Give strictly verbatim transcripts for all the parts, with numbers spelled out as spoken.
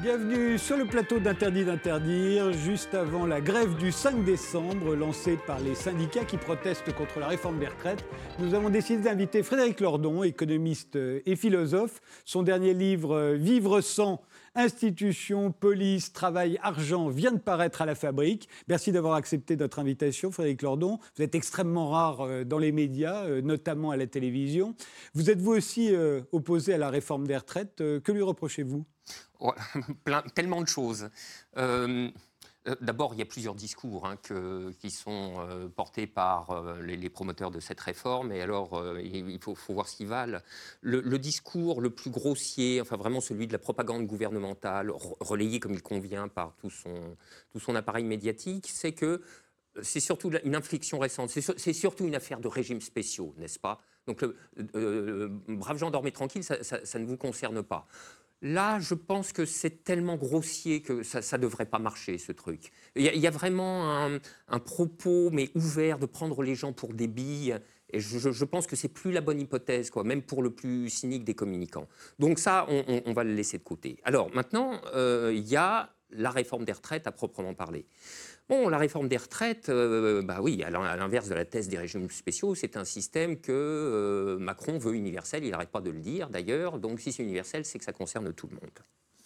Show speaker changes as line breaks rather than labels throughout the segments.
Bienvenue sur le plateau d'Interdit d'interdire, juste avant la grève du cinq décembre lancée par les syndicats qui protestent contre la réforme des retraites. Nous avons décidé d'inviter Frédéric Lordon, économiste et philosophe. Son dernier livre, Vivre sans institutions, police, travail, argent, vient de paraître à la Fabrique. Merci d'avoir accepté notre invitation, Frédéric Lordon. Vous êtes extrêmement rare dans les médias, notamment à la télévision. Vous êtes vous aussi opposé à la réforme des retraites. Que lui reprochez-vous ?
Ouais, plein, tellement de choses. Euh, euh, d'abord, il y a plusieurs discours hein, que, qui sont euh, portés par euh, les, les promoteurs de cette réforme. Et alors, euh, il faut, faut voir ce qu'ils valent. Le, le discours le plus grossier, enfin vraiment celui de la propagande gouvernementale, relayé comme il convient par tout son, tout son appareil médiatique, c'est que c'est surtout une inflexion récente. C'est, c'est surtout une affaire de régimes spéciaux, n'est-ce pas ? Donc, le, euh, braves gens, dormez tranquilles, ça, ça, ça ne vous concerne pas. Là, je pense que c'est tellement grossier que ça ne devrait pas marcher, ce truc. Il y a, il y a vraiment un, un propos, mais ouvert, de prendre les gens pour des billes. Et je, je pense que ce n'est plus la bonne hypothèse, quoi, même pour le plus cynique des communicants. Donc ça, on, on, on va le laisser de côté. Alors maintenant, euh, il y a la réforme des retraites à proprement parler. Bon, la réforme des retraites, euh, bah oui, à l'inverse de la thèse des régimes spéciaux, c'est un système que euh, Macron veut universel, il n'arrête pas de le dire d'ailleurs, donc si c'est universel, c'est que ça concerne tout le monde.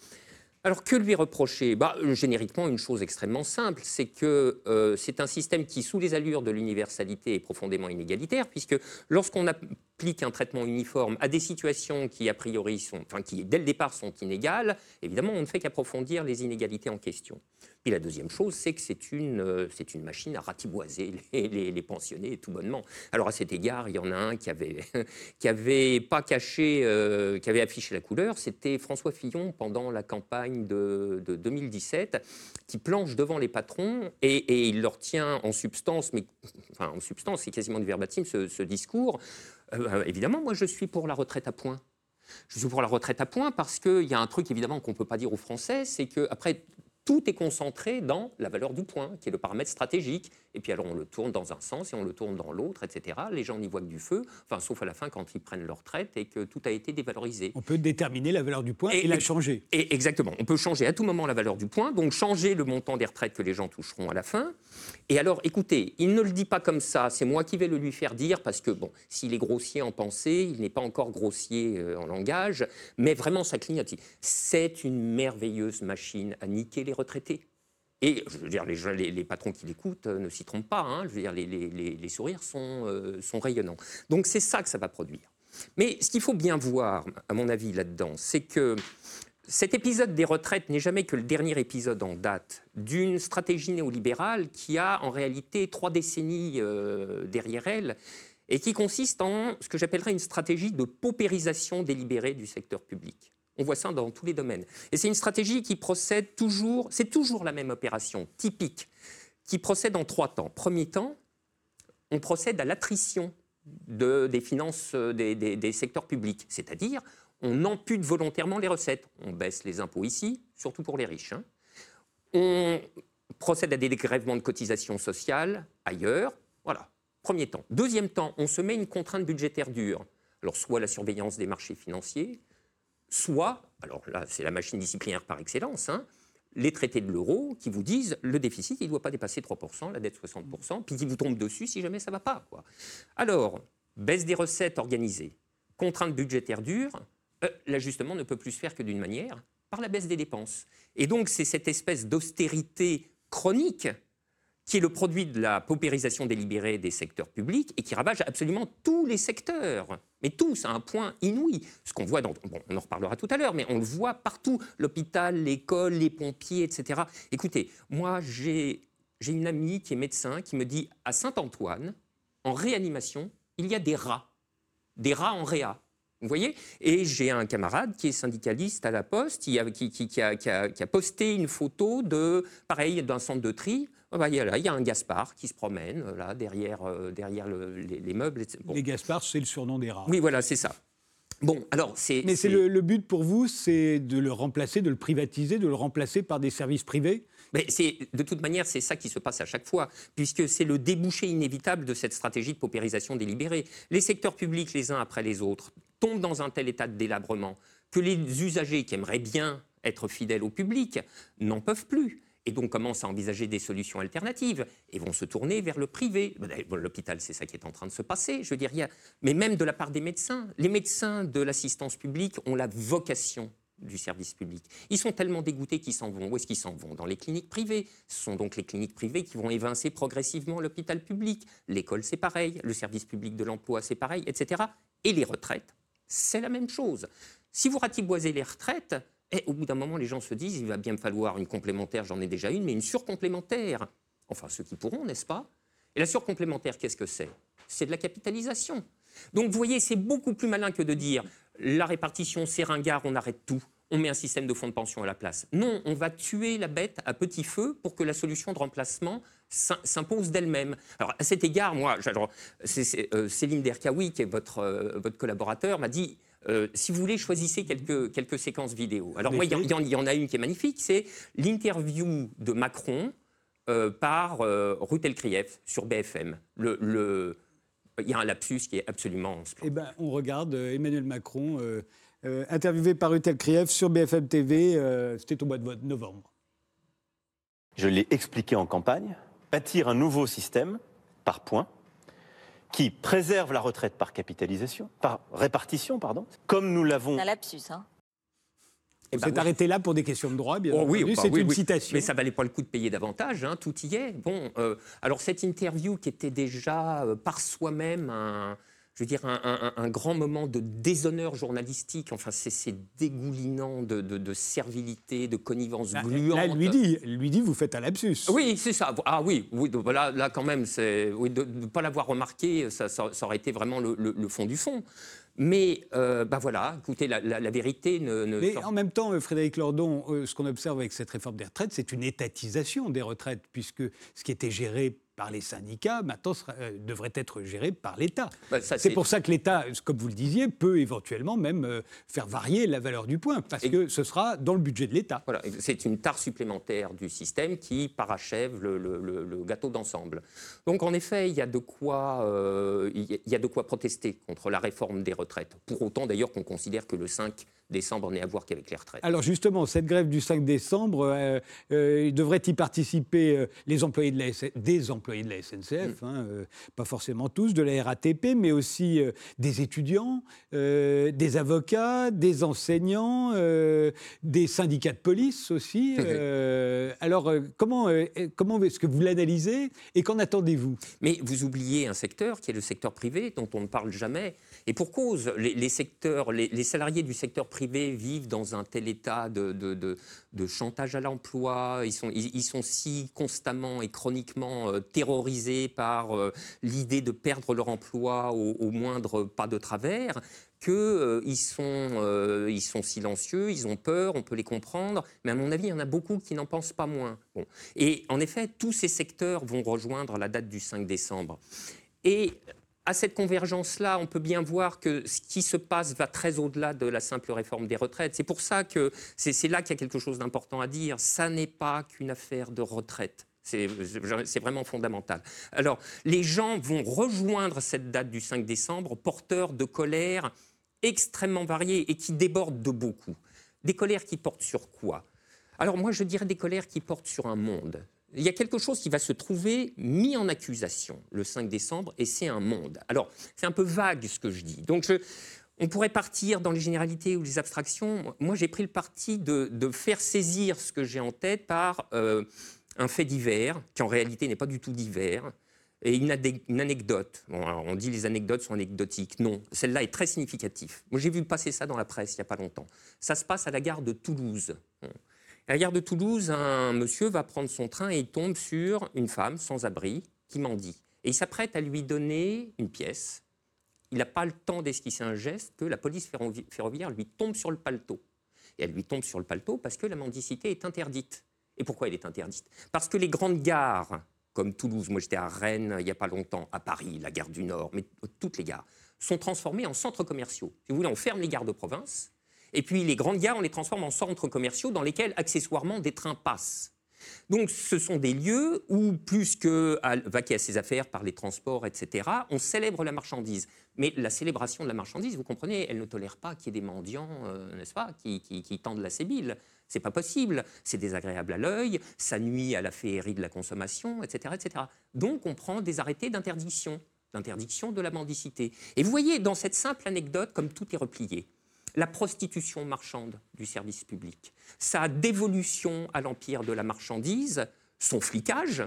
Alors que lui reprocher ? Bah, génériquement, une chose extrêmement simple, c'est que euh, c'est un système qui, sous les allures de l'universalité, est profondément inégalitaire, puisque lorsqu'on applique un traitement uniforme à des situations qui, a priori, sont, enfin, qui, dès le départ, sont inégales, évidemment, on ne fait qu'approfondir les inégalités en question. Puis la deuxième chose, c'est que c'est une, euh, c'est une machine à ratiboiser les, les, les pensionnés tout bonnement. Alors à cet égard, il y en a un qui avait, qui avait pas caché, euh, qui avait affiché la couleur, c'était François Fillon pendant la campagne de, de deux mille dix-sept, qui planche devant les patrons et, et il leur tient en substance, mais enfin en substance, c'est quasiment du verbatim ce, ce discours. Euh, évidemment, moi je suis pour la retraite à points. Je suis pour la retraite à points parce qu'il y a un truc évidemment qu'on ne peut pas dire aux Français, c'est qu'après, tout est concentré dans la valeur du point, qui est le paramètre stratégique. Et puis alors on le tourne dans un sens et on le tourne dans l'autre, et cetera. Les gens n'y voient que du feu, enfin, sauf à la fin quand ils prennent leur retraite et que tout a été dévalorisé.
On peut déterminer la valeur du point et, et la changer.
Et exactement. On peut changer à tout moment la valeur du point, donc changer le montant des retraites que les gens toucheront à la fin. Et alors, écoutez, il ne le dit pas comme ça, c'est moi qui vais le lui faire dire, parce que, bon, s'il est grossier en pensée, il n'est pas encore grossier euh, en langage, mais vraiment ça clignote. C'est une merveilleuse machine à niquer les retraités. Et je veux dire, les, les, les patrons qui l'écoutent euh, ne s'y trompent pas. Hein, je veux dire, les, les, les sourires sont, euh, sont rayonnants. Donc c'est ça que ça va produire. Mais ce qu'il faut bien voir, à mon avis, là-dedans, c'est que cet épisode des retraites n'est jamais que le dernier épisode en date d'une stratégie néolibérale qui a en réalité trois décennies euh, derrière elle et qui consiste en ce que j'appellerais une stratégie de paupérisation délibérée du secteur public. On voit ça dans tous les domaines. Et c'est une stratégie qui procède toujours, c'est toujours la même opération typique, qui procède en trois temps. Premier temps, on procède à l'attrition de, des finances des, des, des secteurs publics, c'est-à-dire on ampute volontairement les recettes. On baisse les impôts ici, surtout pour les riches. Hein. On procède à des dégrèvements de cotisations sociales ailleurs. Voilà, premier temps. Deuxième temps, on se met une contrainte budgétaire dure. Alors soit la surveillance des marchés financiers, soit, alors là c'est la machine disciplinaire par excellence, hein, les traités de l'euro qui vous disent le déficit il ne doit pas dépasser trois pour cent, la dette soixante pour cent, puis qui vous tombent dessus si jamais ça ne va pas, quoi. Alors, baisse des recettes organisées, contrainte budgétaire dure, euh, l'ajustement ne peut plus se faire que d'une manière, par la baisse des dépenses. Et donc c'est cette espèce d'austérité chronique qui est le produit de la paupérisation délibérée des secteurs publics et qui ravage absolument tous les secteurs. Mais tous, à un point inouï. Ce qu'on voit dans... Bon, on en reparlera tout à l'heure, mais on le voit partout. L'hôpital, l'école, les pompiers, et cetera. Écoutez, moi, j'ai, j'ai une amie qui est médecin qui me dit, à Saint-Antoine, en réanimation, il y a des rats. Des rats en réa. Vous voyez ? Et j'ai un camarade qui est syndicaliste à la Poste, qui a, qui, qui, qui a, qui a, qui a posté une photo de, pareil, d'un centre de tri. Oh bah, il, y a là, il y a un Gaspard qui se promène là, derrière, euh, derrière le, les, les meubles.
Bon. Les Gaspards, c'est le surnom des rats.
Oui, voilà, c'est ça. Bon, alors, c'est,
Mais
c'est...
c'est le, le but pour vous, c'est de le remplacer, de le privatiser, de le remplacer par des services privés ?
Mais c'est, de toute manière, c'est ça qui se passe à chaque fois, puisque c'est le débouché inévitable de cette stratégie de paupérisation délibérée. Les secteurs publics, les uns après les autres, tombent dans un tel état de délabrement que les usagers qui aimeraient bien être fidèles au public, n'en peuvent plus. Et donc commencent à envisager des solutions alternatives et vont se tourner vers le privé. Bon, l'hôpital, c'est ça qui est en train de se passer. Je veux dire, il y a... Mais même de la part des médecins. Les médecins de l'assistance publique ont la vocation du service public. Ils sont tellement dégoûtés qu'ils s'en vont. Où est-ce qu'ils s'en vont? Dans les cliniques privées. Ce sont donc les cliniques privées qui vont évincer progressivement l'hôpital public. L'école, c'est pareil. Le service public de l'emploi, c'est pareil, et cetera. Et les retraites, c'est la même chose. Si vous ratiboisez les retraites, et au bout d'un moment, les gens se disent, il va bien me falloir une complémentaire, j'en ai déjà une, mais une surcomplémentaire. Enfin, ceux qui pourront, n'est-ce pas? Et la surcomplémentaire, qu'est-ce que c'est? C'est de la capitalisation. Donc, vous voyez, c'est beaucoup plus malin que de dire, la répartition, c'est ringard, on arrête tout, on met un système de fonds de pension à la place. Non, on va tuer la bête à petit feu pour que la solution de remplacement s'impose d'elle-même. Alors, à cet égard, moi, alors, c'est, c'est, euh, Céline Derkaoui, qui est votre, euh, votre collaborateur, m'a dit... Euh, si vous voulez, choisissez quelques, quelques séquences vidéo. Alors moi, il y, y, y en a une qui est magnifique, c'est l'interview de Macron euh, par euh, Ruth Elkrief sur B F M. Le, le... Il y a un lapsus qui est absolument splendide.
Eh ben, on regarde euh, Emmanuel Macron, euh, euh, interviewé par Ruth Elkrief sur B F M T V, euh, c'était au mois de novembre.
Je l'ai expliqué en campagne, bâtir un nouveau système par points, qui préserve la retraite par capitalisation, par répartition, pardon, comme nous l'avons...
C'est un lapsus, hein.
On ben, s'est oui. arrêté là pour des questions de droit, bien
oh,
entendu,
oui, bah,
c'est
oui,
une
oui.
citation.
Mais ça valait pas le coup de payer davantage, hein, tout y est. Bon, euh, alors cette interview qui était déjà euh, par soi-même un... Je veux dire, un, un, un grand moment de déshonneur journalistique. Enfin, c'est, c'est dégoulinant de, de, de servilité, de connivence
là,
gluante.
Là, elle lui dit, lui dit, vous faites un lapsus.
Oui, c'est ça. Ah oui, oui donc, là, là, quand même, c'est, oui, de ne pas l'avoir remarqué, ça, ça, ça aurait été vraiment le, le, le fond du fond. Mais, euh, ben voilà, écoutez, la, la, la vérité ne... ne
Mais
sort...
en même temps, Frédéric Lordon, euh, ce qu'on observe avec cette réforme des retraites, c'est une étatisation des retraites, puisque ce qui était géré par les syndicats, maintenant, sera, euh, devrait être géré par l'État. Ben ça, c'est, c'est pour ça que l'État, comme vous le disiez, peut éventuellement même euh, faire varier la valeur du point, parce et... que ce sera dans le budget de l'État.
Voilà, c'est une tare supplémentaire du système qui parachève le, le, le, le gâteau d'ensemble. Donc, en effet, il y a de quoi, euh, il y a de quoi protester contre la réforme des retraites. Pour autant, d'ailleurs, qu'on considère que le cinq décembre n'est à voir qu'avec les retraites.
Alors justement, cette grève du cinq décembre, euh, euh, devraient y participer euh, les employés de la S- des employés de la S N C F, mmh. hein, euh, pas forcément tous, de la R A T P, mais aussi euh, des étudiants, euh, des avocats, des enseignants, euh, des syndicats de police aussi. Euh, alors, euh, comment, euh, comment est-ce que vous l'analysez et qu'en attendez-vous?
Mais vous oubliez un secteur qui est le secteur privé, dont on ne parle jamais. Et pour cause, les, les, secteurs, les, les salariés du secteur privé vivent dans un tel état de, de, de, de chantage à l'emploi, ils sont, ils, ils sont si constamment et chroniquement euh, terrorisés par euh, l'idée de perdre leur emploi au, au moindre pas de travers, qu'ils euh, sont, euh, ils sont silencieux, ils ont peur, on peut les comprendre, mais à mon avis, il y en a beaucoup qui n'en pensent pas moins. Bon. Et en effet, tous ces secteurs vont rejoindre la date du cinq décembre. Et à cette convergence-là, on peut bien voir que ce qui se passe va très au-delà de la simple réforme des retraites. C'est pour ça que c'est, c'est là qu'il y a quelque chose d'important à dire. Ça n'est pas qu'une affaire de retraite. C'est, c'est vraiment fondamental. Alors, les gens vont rejoindre cette date du cinq décembre, porteurs de colère extrêmement variées et qui débordent de beaucoup. Des colères qui portent sur quoi? Alors, moi, je dirais des colères qui portent sur un monde. Il y a quelque chose qui va se trouver mis en accusation le cinq décembre, et c'est un monde. Alors, c'est un peu vague ce que je dis. Donc, je, on pourrait partir dans les généralités ou les abstractions. Moi, j'ai pris le parti de, de faire saisir ce que j'ai en tête par euh, un fait divers, qui en réalité n'est pas du tout divers, et une, adé- une anecdote. Bon, alors, on dit les anecdotes sont anecdotiques. Non, celle-là est très significative. Moi, j'ai vu passer ça dans la presse il n'y a pas longtemps. Ça se passe à la gare de Toulouse. À la gare de Toulouse, un monsieur va prendre son train et il tombe sur une femme sans abri qui mendie. Et il s'apprête à lui donner une pièce. Il n'a pas le temps d'esquisser un geste que la police ferroviaire lui tombe sur le paletot. Et elle lui tombe sur le paletot parce que la mendicité est interdite. Et pourquoi elle est interdite? Parce que les grandes gares, comme Toulouse, moi j'étais à Rennes il n'y a pas longtemps, à Paris, la gare du Nord, mais toutes les gares, sont transformées en centres commerciaux. Si vous voulez, on ferme les gares de province. Et puis les grandes gares, on les transforme en centres commerciaux dans lesquels, accessoirement, des trains passent. Donc ce sont des lieux où, plus que à vaquer à ses affaires par les transports, et cetera, on célèbre la marchandise. Mais la célébration de la marchandise, vous comprenez, elle ne tolère pas qu'il y ait des mendiants, euh, n'est-ce pas, qui, qui, qui tendent la sébile. C'est pas possible, c'est désagréable à l'œil, ça nuit à la féerie de la consommation, et cetera, et cetera. Donc on prend des arrêtés d'interdiction, d'interdiction de la mendicité. Et vous voyez, dans cette simple anecdote, comme tout est replié, la prostitution marchande du service public, sa dévolution à l'empire de la marchandise, son flicage,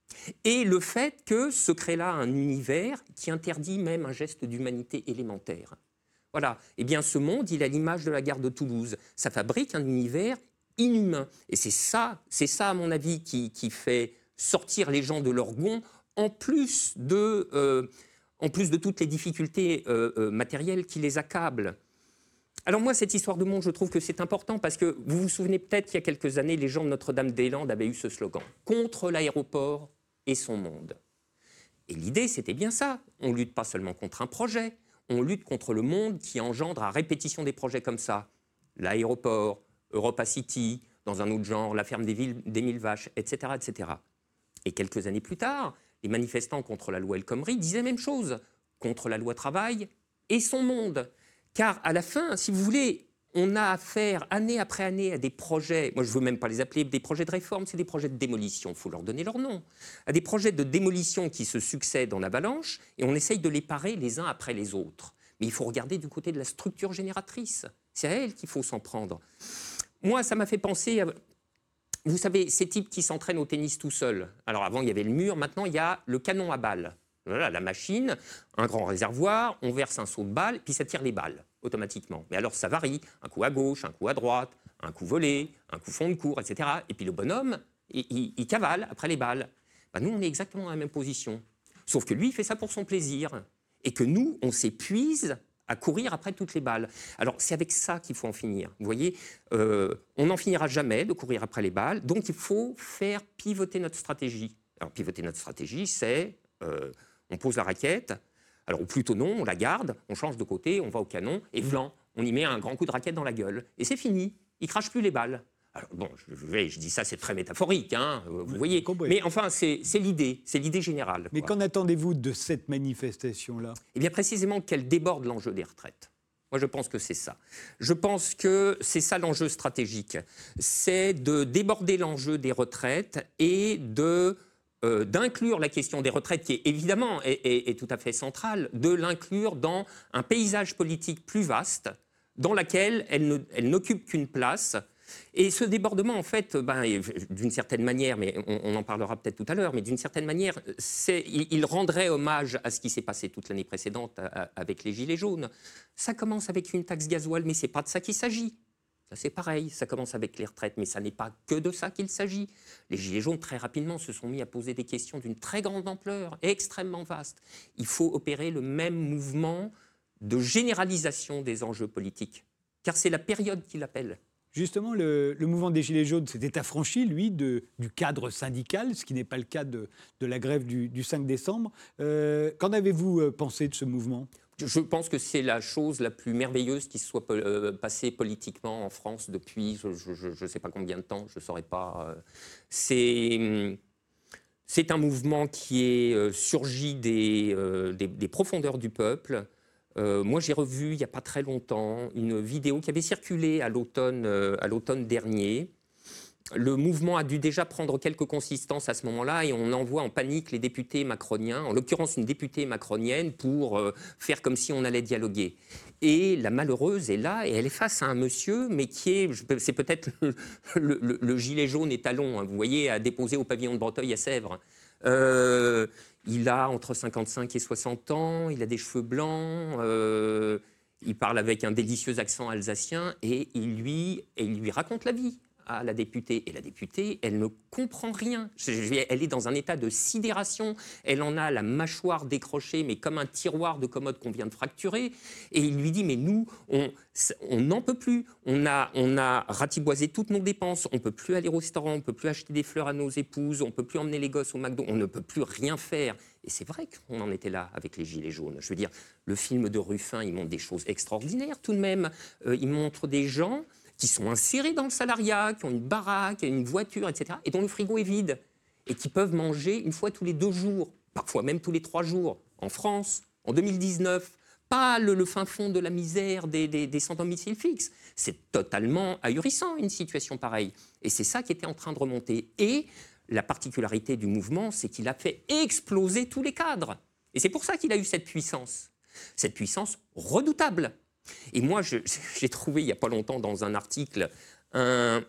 et le fait que se crée là un univers qui interdit même un geste d'humanité élémentaire. Voilà. Eh bien, ce monde, il a l'image de la gare de Toulouse. Ça fabrique un univers inhumain. Et c'est ça, c'est ça, à mon avis, qui, qui fait sortir les gens de leur gonds, en plus de, euh, en plus de toutes les difficultés euh, euh, matérielles qui les accablent. Alors moi, cette histoire de monde, je trouve que c'est important parce que vous vous souvenez peut-être qu'il y a quelques années, les gens de Notre-Dame-des-Landes avaient eu ce slogan « Contre l'aéroport et son monde ». Et l'idée, c'était bien ça. On lutte pas seulement contre un projet, on lutte contre le monde qui engendre à répétition des projets comme ça. L'aéroport, Europa City, dans un autre genre, la ferme des, villes, des mille vaches, et cetera, et cetera. Et quelques années plus tard, les manifestants contre la loi El Khomri disaient la même chose, contre la loi travail et son monde. Car à la fin, si vous voulez, on a affaire année après année à des projets, moi je ne veux même pas les appeler des projets de réforme, c'est des projets de démolition, il faut leur donner leur nom, à des projets de démolition qui se succèdent en avalanche et on essaye de les parer les uns après les autres. Mais il faut regarder du côté de la structure génératrice, c'est à elle qu'il faut s'en prendre. Moi, ça m'a fait penser à... Vous savez, ces types qui s'entraînent au tennis tout seuls. Alors avant, il y avait le mur, maintenant il y a le canon à balles. Voilà, la machine, un grand réservoir, on verse un seau de balles, puis ça tire les balles, automatiquement. Mais alors ça varie, un coup à gauche, un coup à droite, un coup volé, un coup fond de cour, et cetera. Et puis le bonhomme, il, il, il cavale après les balles. Ben, nous, on est exactement dans la même position. Sauf que lui, il fait ça pour son plaisir. Et que nous, on s'épuise à courir après toutes les balles. Alors, c'est avec ça qu'il faut en finir. Vous voyez, euh, on n'en finira jamais de courir après les balles, donc il faut faire pivoter notre stratégie. Alors, pivoter notre stratégie, c'est... Euh, on pose la raquette, alors ou plutôt non, on la garde, on change de côté, on va au canon, et vlan, on y met un grand coup de raquette dans la gueule. Et c'est fini, il ne crache plus les balles. Alors bon, je, je, je dis ça, c'est très métaphorique, hein, vous oui, voyez, compris. Mais enfin, c'est, c'est l'idée, c'est l'idée générale.
Mais quoi. Qu'en attendez-vous de cette manifestation-là ?
Eh bien, précisément qu'elle déborde l'enjeu des retraites. Moi, je pense que c'est ça. Je pense que c'est ça l'enjeu stratégique. C'est de déborder l'enjeu des retraites et de... Euh, d'inclure la question des retraites, qui est évidemment est, est, est tout à fait centrale, de l'inclure dans un paysage politique plus vaste, dans lequel elle, ne, elle n'occupe qu'une place. Et ce débordement, en fait, ben, d'une certaine manière, mais on, on en parlera peut-être tout à l'heure, mais d'une certaine manière, c'est, il, il rendrait hommage à ce qui s'est passé toute l'année précédente à, à, avec les Gilets jaunes. Ça commence avec une taxe gasoil, mais ce n'est pas de ça qu'il s'agit. Ça, c'est pareil, ça commence avec les retraites, mais ça n'est pas que de ça qu'il s'agit. Les Gilets jaunes, très rapidement, se sont mis à poser des questions d'une très grande ampleur, extrêmement vaste. Il faut opérer le même mouvement de généralisation des enjeux politiques, car c'est la période qui l'appelle.
Justement, le, le mouvement des Gilets jaunes s'était affranchi, lui, de, du cadre syndical, ce qui n'est pas le cas de, de la grève du, du cinq décembre. Euh, qu'en avez-vous pensé de ce mouvement ?
Je pense que c'est la chose la plus merveilleuse qui se soit euh, passée politiquement en France depuis je ne sais pas combien de temps, je ne saurais pas. Euh, c'est, c'est un mouvement qui est euh, surgi des, euh, des, des profondeurs du peuple. Euh, moi, j'ai revu, il n'y a pas très longtemps, une vidéo qui avait circulé à l'automne, euh, à l'automne dernier. Le mouvement a dû déjà prendre quelques consistances à ce moment-là et on envoie en panique les députés macroniens, en l'occurrence une députée macronienne, pour euh, faire comme si on allait dialoguer. Et la malheureuse est là et elle est face à un monsieur, mais qui est, c'est peut-être le, le, le, le gilet jaune étalon, hein, vous voyez, à déposer au pavillon de Breteuil à Sèvres. Euh, il a entre cinquante-cinq et soixante ans, il a des cheveux blancs, euh, il parle avec un délicieux accent alsacien et il lui, et il lui raconte la vie à la députée. Et la députée, elle ne comprend rien. Elle est dans un état de sidération. Elle en a la mâchoire décrochée, mais comme un tiroir de commode qu'on vient de fracturer. Et il lui dit, mais nous, on n'en peut plus. On a, on a ratiboisé toutes nos dépenses. On ne peut plus aller au restaurant, on ne peut plus acheter des fleurs à nos épouses, on ne peut plus emmener les gosses au McDo, on ne peut plus rien faire. Et c'est vrai qu'on en était là avec les Gilets jaunes. Je veux dire, le film de Ruffin, il montre des choses extraordinaires tout de même. Euh, il montre des gens qui sont insérés dans le salariat, qui ont une baraque, une voiture, et cetera, et dont le frigo est vide, et qui peuvent manger une fois tous les deux jours, parfois même tous les trois jours, en France, en deux mille dix-neuf. Pas le, le fin fond de la misère des, des, des sans-domicile fixe. C'est totalement ahurissant, une situation pareille. Et c'est ça qui était en train de remonter. Et la particularité du mouvement, c'est qu'il a fait exploser tous les cadres. Et c'est pour ça qu'il a eu cette puissance. Cette puissance redoutable. Et moi, je, j'ai trouvé, il n'y a pas longtemps, dans un article, un,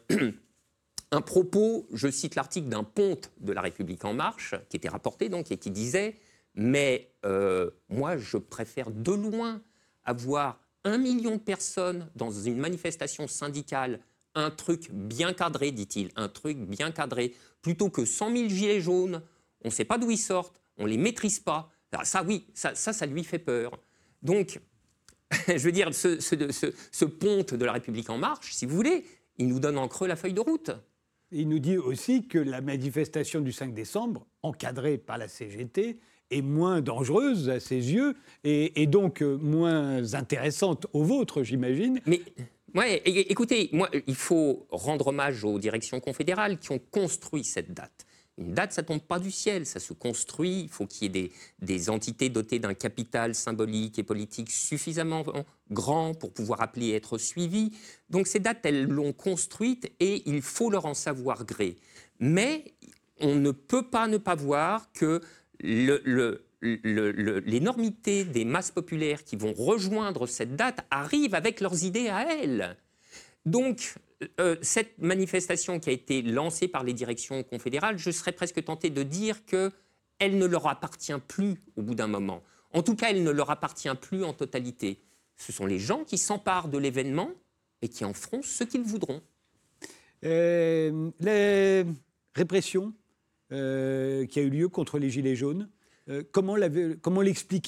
un propos, je cite l'article d'un ponte de La République En Marche, qui était rapporté donc, et qui disait... Mais euh, moi, je préfère de loin avoir un million de personnes dans une manifestation syndicale, un truc bien cadré, dit-il, un truc bien cadré, plutôt que cent mille gilets jaunes, on ne sait pas d'où ils sortent, on ne les maîtrise pas. Alors ça, oui, ça, ça, ça lui fait peur. Donc, je veux dire, ce, ce, ce, ce ponte de La République En Marche, si vous voulez, il nous donne en creux la feuille de route.
Il nous dit aussi que la manifestation du cinq décembre, encadrée par la C G T, est moins dangereuse à ses yeux et, et donc euh, moins intéressante aux vôtres, j'imagine.
Mais, ouais, écoutez, moi, il faut rendre hommage aux directions confédérales qui ont construit cette date. Une date, ça ne tombe pas du ciel, ça se construit. Il faut qu'il y ait des, des entités dotées d'un capital symbolique et politique suffisamment grand pour pouvoir appeler et être suivies. Donc ces dates, elles l'ont construite et il faut leur en savoir gré. Mais on ne peut pas ne pas voir que Le, le, le, le, l'énormité des masses populaires qui vont rejoindre cette date arrive avec leurs idées à elles. Donc, euh, cette manifestation qui a été lancée par les directions confédérales, je serais presque tenté de dire qu'elle ne leur appartient plus au bout d'un moment. En tout cas, elle ne leur appartient plus en totalité. Ce sont les gens qui s'emparent de l'événement et qui en feront ce qu'ils voudront.
Euh, les répressions Euh, qui a eu lieu contre les Gilets jaunes. Euh, comment, comment l'expliquez-vous ?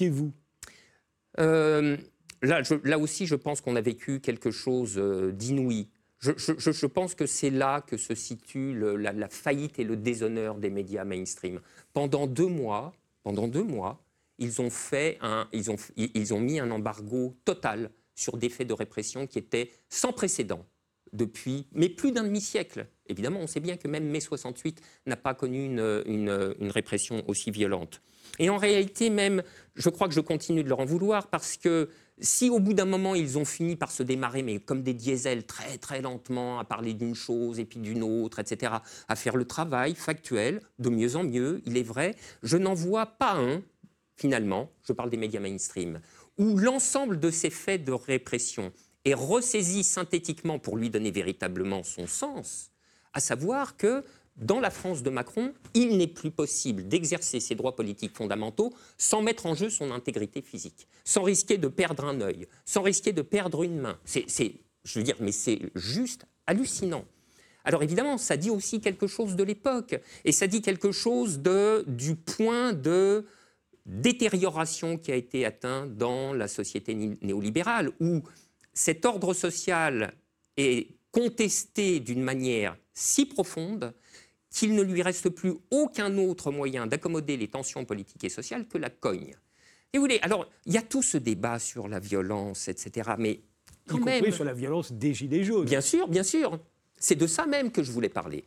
euh, là, je, là aussi, je pense qu'on a vécu quelque chose euh, d'inouï. Je, je, je pense que c'est là que se situe le, la, la faillite et le déshonneur des médias mainstream. Pendant deux mois, pendant deux mois, ils ont, fait un, ils ont, ils ont mis un embargo total sur des faits de répression qui étaient sans précédent depuis, mais plus d'un demi-siècle. Évidemment, on sait bien que même mai soixante-huit n'a pas connu une, une, une répression aussi violente. Et en réalité, même, je crois que je continue de leur en vouloir parce que si au bout d'un moment, ils ont fini par se démarrer, mais comme des diesels, très très lentement, à parler d'une chose et puis d'une autre, et cetera, à faire le travail factuel, de mieux en mieux, il est vrai, je n'en vois pas un, finalement, je parle des médias mainstream, où l'ensemble de ces faits de répression est ressaisi synthétiquement pour lui donner véritablement son sens, à savoir que dans la France de Macron, il n'est plus possible d'exercer ses droits politiques fondamentaux sans mettre en jeu son intégrité physique, sans risquer de perdre un œil, sans risquer de perdre une main. C'est, c'est, je veux dire, mais c'est juste hallucinant. Alors évidemment, ça dit aussi quelque chose de l'époque, et ça dit quelque chose de, du point de détérioration qui a été atteint dans la société néolibérale, où cet ordre social est contesté d'une manière si profonde qu'il ne lui reste plus aucun autre moyen d'accommoder les tensions politiques et sociales que la cogne. Et vous voulez, alors, il y a tout ce débat sur la violence, et cetera, mais quand
y
même...
compris sur la violence des Gilets jaunes.
Bien sûr, bien sûr. C'est de ça même que je voulais parler.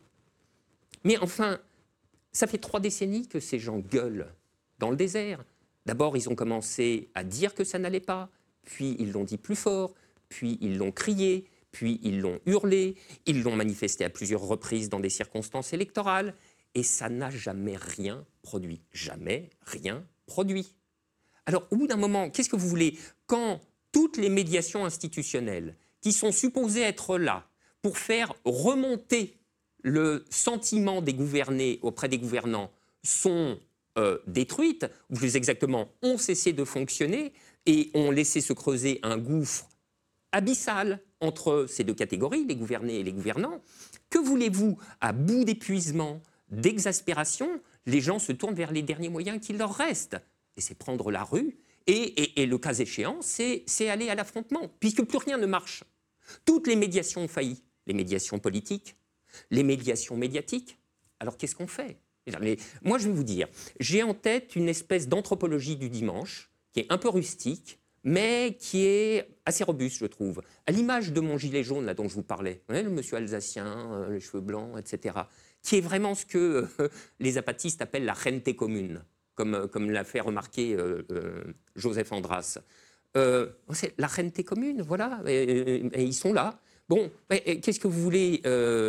Mais enfin, ça fait trois décennies que ces gens gueulent dans le désert. D'abord, ils ont commencé à dire que ça n'allait pas, puis ils l'ont dit plus fort, puis ils l'ont crié, puis ils l'ont hurlé, ils l'ont manifesté à plusieurs reprises dans des circonstances électorales, et ça n'a jamais rien produit. Jamais rien produit. Alors, au bout d'un moment, qu'est-ce que vous voulez ? Quand toutes les médiations institutionnelles, qui sont supposées être là pour faire remonter le sentiment des gouvernés auprès des gouvernants, sont euh, détruites, ou plus exactement, ont cessé de fonctionner et ont laissé se creuser un gouffre abyssal entre ces deux catégories, les gouvernés et les gouvernants. Que voulez-vous ? À bout d'épuisement, d'exaspération, les gens se tournent vers les derniers moyens qu'il leur reste. Et c'est prendre la rue, et, et, et le cas échéant, c'est, c'est aller à l'affrontement, puisque plus rien ne marche. Toutes les médiations ont failli. Les médiations politiques, les médiations médiatiques. Alors qu'est-ce qu'on fait ? Mais moi, je vais vous dire, j'ai en tête une espèce d'anthropologie du dimanche, qui est un peu rustique, mais qui est assez robuste, je trouve. À l'image de mon gilet jaune, là, dont je vous parlais, vous voyez, le monsieur alsacien, euh, les cheveux blancs, et cetera, qui est vraiment ce que euh, les apatistes appellent la rente commune, comme, euh, comme l'a fait remarquer euh, euh, Joseph Andras. Euh, c'est la rente commune, voilà, et, et, et ils sont là. Bon, et, qu'est-ce que vous voulez euh,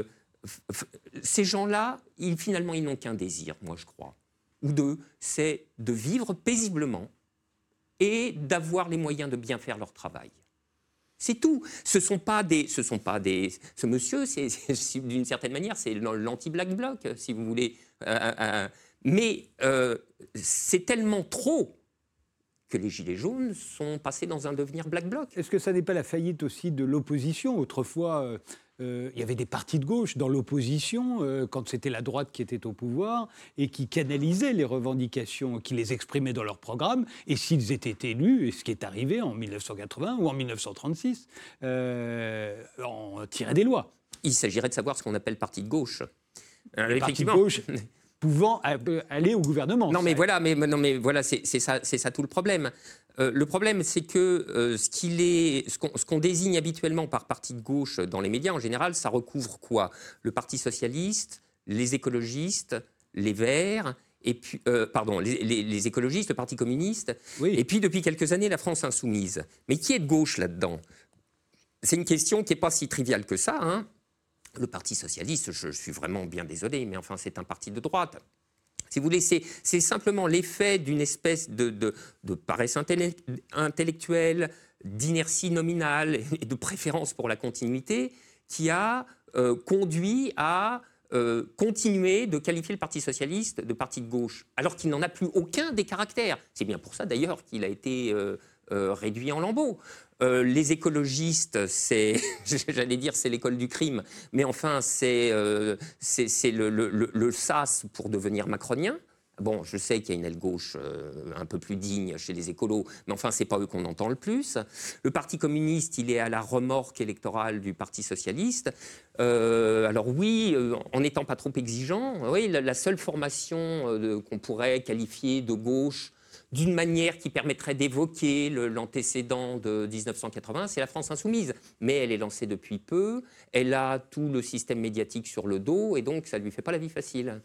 ces gens-là, ils, finalement, ils n'ont qu'un désir, moi, je crois, ou deux, c'est de vivre paisiblement et d'avoir les moyens de bien faire leur travail. C'est tout. Ce sont pas des, ce sont pas des. Ce monsieur, c'est, c'est, d'une certaine manière, c'est l'anti-Black Bloc, si vous voulez. Euh, euh, mais euh, c'est tellement trop que les Gilets jaunes sont passés dans un devenir Black Bloc.
Est-ce que ça n'est pas la faillite aussi de l'opposition ? Autrefois, euh, euh, il y avait des partis de gauche dans l'opposition, euh, quand c'était la droite qui était au pouvoir, et qui canalisaient les revendications, qui les exprimaient dans leur programme, et s'ils étaient élus, et ce qui est arrivé en mille neuf cent quatre-vingts ou en mille neuf cent trente-six, euh, on tirait des lois.
Il s'agirait de savoir ce qu'on appelle parti de gauche.
Euh, les partis de gauche pouvant aller au gouvernement.
Non, mais ça. voilà, mais, non, mais voilà, c'est, c'est, ça, c'est ça tout le problème. Euh, le problème, c'est que euh, ce, qu'il est, ce, qu'on, ce qu'on désigne habituellement par parti de gauche dans les médias, en général, ça recouvre quoi ? Le Parti socialiste, les écologistes, les Verts, et puis, euh, pardon, les, les, les écologistes, le Parti communiste, oui. Et puis depuis quelques années, la France insoumise. Mais qui est de gauche là-dedans ? C'est une question qui n'est pas si triviale que ça, hein. Le Parti socialiste, je, je suis vraiment bien désolé, mais enfin, c'est un parti de droite. Si vous voulez, c'est, c'est simplement l'effet d'une espèce de, de, de paresse intellectuelle, d'inertie nominale et de préférence pour la continuité qui a euh, conduit à euh, continuer de qualifier le Parti socialiste de parti de gauche, alors qu'il n'en a plus aucun des caractères. C'est bien pour ça, d'ailleurs, qu'il a été euh, euh, réduit en lambeaux. Euh, les écologistes, c'est, j'allais dire, c'est l'école du crime, mais enfin, c'est, euh, c'est, c'est le, le, le, le sas pour devenir macronien. Bon, je sais qu'il y a une aile gauche euh, un peu plus digne chez les écolos, mais enfin, c'est pas eux qu'on entend le plus. Le Parti communiste, il est à la remorque électorale du Parti socialiste. Euh, alors oui, euh, en n'étant pas trop exigeant, oui, la, la seule formation euh, de, qu'on pourrait qualifier de gauche, d'une manière qui permettrait d'évoquer le, l'antécédent de dix-neuf cent quatre-vingts, c'est la France insoumise. Mais elle est lancée depuis peu, elle a tout le système médiatique sur le dos, et donc ça ne lui fait pas la vie facile.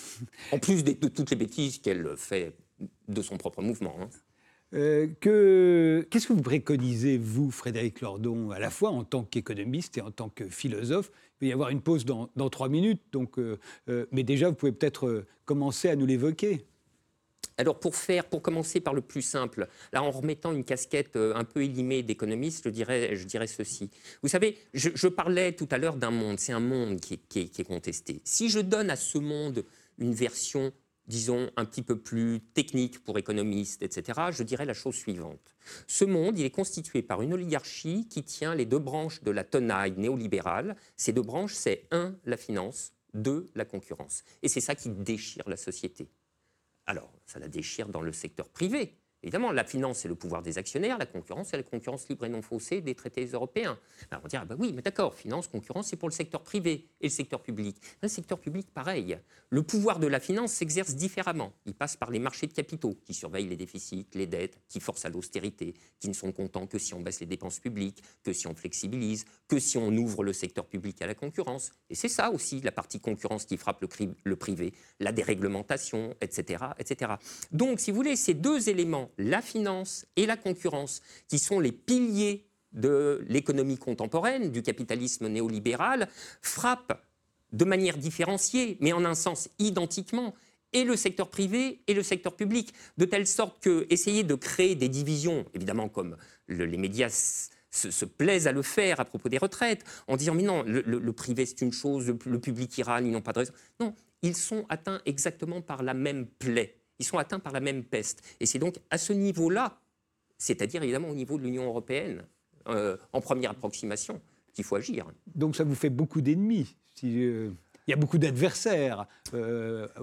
En plus de, de toutes les bêtises qu'elle fait de son propre mouvement. Hein.
Euh, que, qu'est-ce que vous préconisez, vous, Frédéric Lordon, à la fois en tant qu'économiste et en tant que philosophe ? Il va y avoir une pause dans, dans trois minutes, donc, euh, euh, mais déjà, vous pouvez peut-être euh, commencer à nous l'évoquer.
Alors pour faire, pour commencer par le plus simple, là en remettant une casquette un peu élimée d'économiste, je dirais, je dirais ceci. Vous savez, je, je parlais tout à l'heure d'un monde, c'est un monde qui est, qui est, qui est contesté. Si je donne à ce monde une version, disons, un petit peu plus technique pour économistes, et cetera, je dirais la chose suivante. Ce monde, il est constitué par une oligarchie qui tient les deux branches de la tenaille néolibérale. Ces deux branches, c'est un, la finance, deux, la concurrence. Et c'est ça qui déchire la société. Alors, ça la déchire dans le secteur privé. Évidemment, la finance, c'est le pouvoir des actionnaires, la concurrence, c'est la concurrence libre et non faussée des traités européens. Alors on dirait, ah bah oui, mais d'accord, finance, concurrence, c'est pour le secteur privé et le secteur public. Le secteur public, pareil. Le pouvoir de la finance s'exerce différemment. Il passe par les marchés de capitaux qui surveillent les déficits, les dettes, qui forcent à l'austérité, qui ne sont contents que si on baisse les dépenses publiques, que si on flexibilise, que si on ouvre le secteur public à la concurrence. Et c'est ça aussi, la partie concurrence qui frappe le, cri- le privé, la déréglementation, et cetera, et cetera. Donc, si vous voulez, ces deux éléments, la finance et la concurrence, qui sont les piliers de l'économie contemporaine, du capitalisme néolibéral, frappent de manière différenciée, mais en un sens identiquement, et le secteur privé et le secteur public, de telle sorte que essayer de créer des divisions, évidemment comme le, les médias se, se plaisent à le faire à propos des retraites, en disant mais non, le, le, le privé c'est une chose, le, le public ira, ils n'ont pas de raison. Non, ils sont atteints exactement par la même plaie. Ils sont atteints par la même peste. Et c'est donc à ce niveau-là, c'est-à-dire évidemment au niveau de l'Union européenne, euh, en première approximation, qu'il faut agir.
Donc ça vous fait beaucoup d'ennemis. Si, euh, il y a beaucoup d'adversaires. Euh,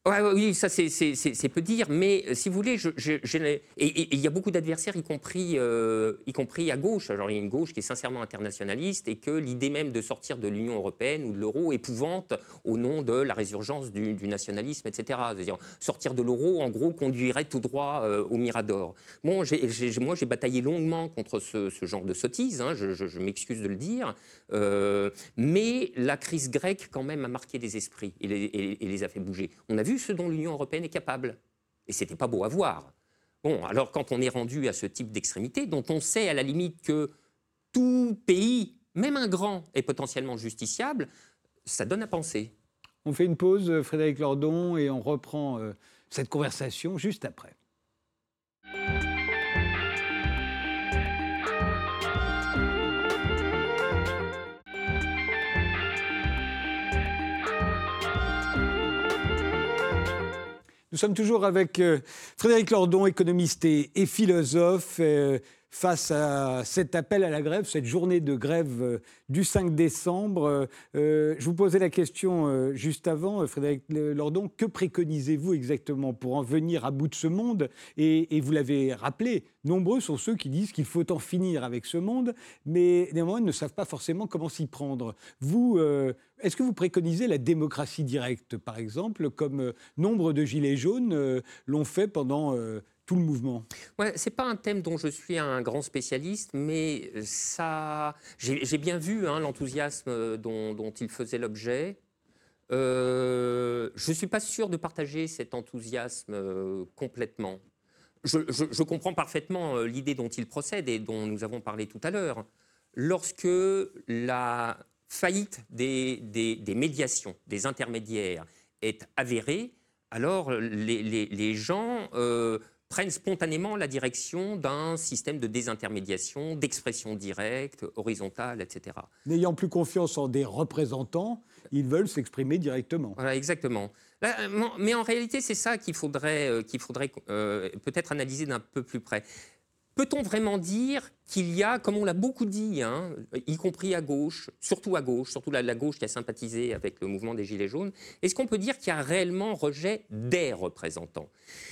Ouais, ouais, oui, ça c'est, c'est, c'est, c'est peu dire, mais euh, si vous voulez, je, je, je et il y a beaucoup d'adversaires, y compris, euh, y compris à gauche. Alors il y a une gauche qui est sincèrement internationaliste et que l'idée même de sortir de l'Union européenne ou de l'euro épouvante au nom de la résurgence du, du nationalisme, et cetera. C'est-à-dire sortir de l'euro, en gros, conduirait tout droit euh, au Mirador. Bon, j'ai, j'ai, moi j'ai bataillé longuement contre ce, ce genre de sottise, hein, je, je, je m'excuse de le dire, euh, mais la crise grecque quand même a marqué les esprits et les, et, et les a fait bouger. On a vu ce dont l'Union européenne est capable. Et ce n'était pas beau à voir. Bon, alors quand on est rendu à ce type d'extrémité, dont on sait à la limite que tout pays, même un grand, est potentiellement justiciable, ça donne à penser.
On fait une pause, Frédéric Lordon, et on reprend euh, cette conversation juste après. Nous sommes toujours avec euh, Frédéric Lordon, économiste et, et philosophe, euh, face à cet appel à la grève, cette journée de grève euh, du cinq décembre. Euh, je vous posais la question euh, juste avant, euh, Frédéric Lordon, que préconisez-vous exactement pour en venir à bout de ce monde ? et, et vous l'avez rappelé, nombreux sont ceux qui disent qu'il faut en finir avec ce monde, mais néanmoins ils ne savent pas forcément comment s'y prendre. Vous, euh, est-ce que vous préconisez la démocratie directe, par exemple, comme euh, nombre de gilets jaunes euh, l'ont fait pendant euh, tout le mouvement ?
Ouais, c'est pas un thème dont je suis un grand spécialiste, mais ça, j'ai, j'ai bien vu hein, l'enthousiasme dont, dont il faisait l'objet. Euh, je ne suis pas sûr de partager cet enthousiasme euh, complètement. Je, je, je comprends parfaitement euh, l'idée dont il procède et dont nous avons parlé tout à l'heure. Lorsque la faillite des, des, des médiations, des intermédiaires est avérée, alors les, les, les gens euh, prennent spontanément la direction d'un système de désintermédiation, d'expression directe, horizontale, et cetera.
N'ayant plus confiance en des représentants, ils veulent s'exprimer directement.
Voilà, exactement. Là, mais en réalité, c'est ça qu'il faudrait, euh, qu'il faudrait euh, peut-être analyser d'un peu plus près. Peut-on vraiment dire qu'il y a, comme on l'a beaucoup dit, hein, y compris à gauche, surtout à gauche, surtout la, la gauche qui a sympathisé avec le mouvement des Gilets jaunes, est-ce qu'on peut dire qu'il y a réellement rejet des représentants ?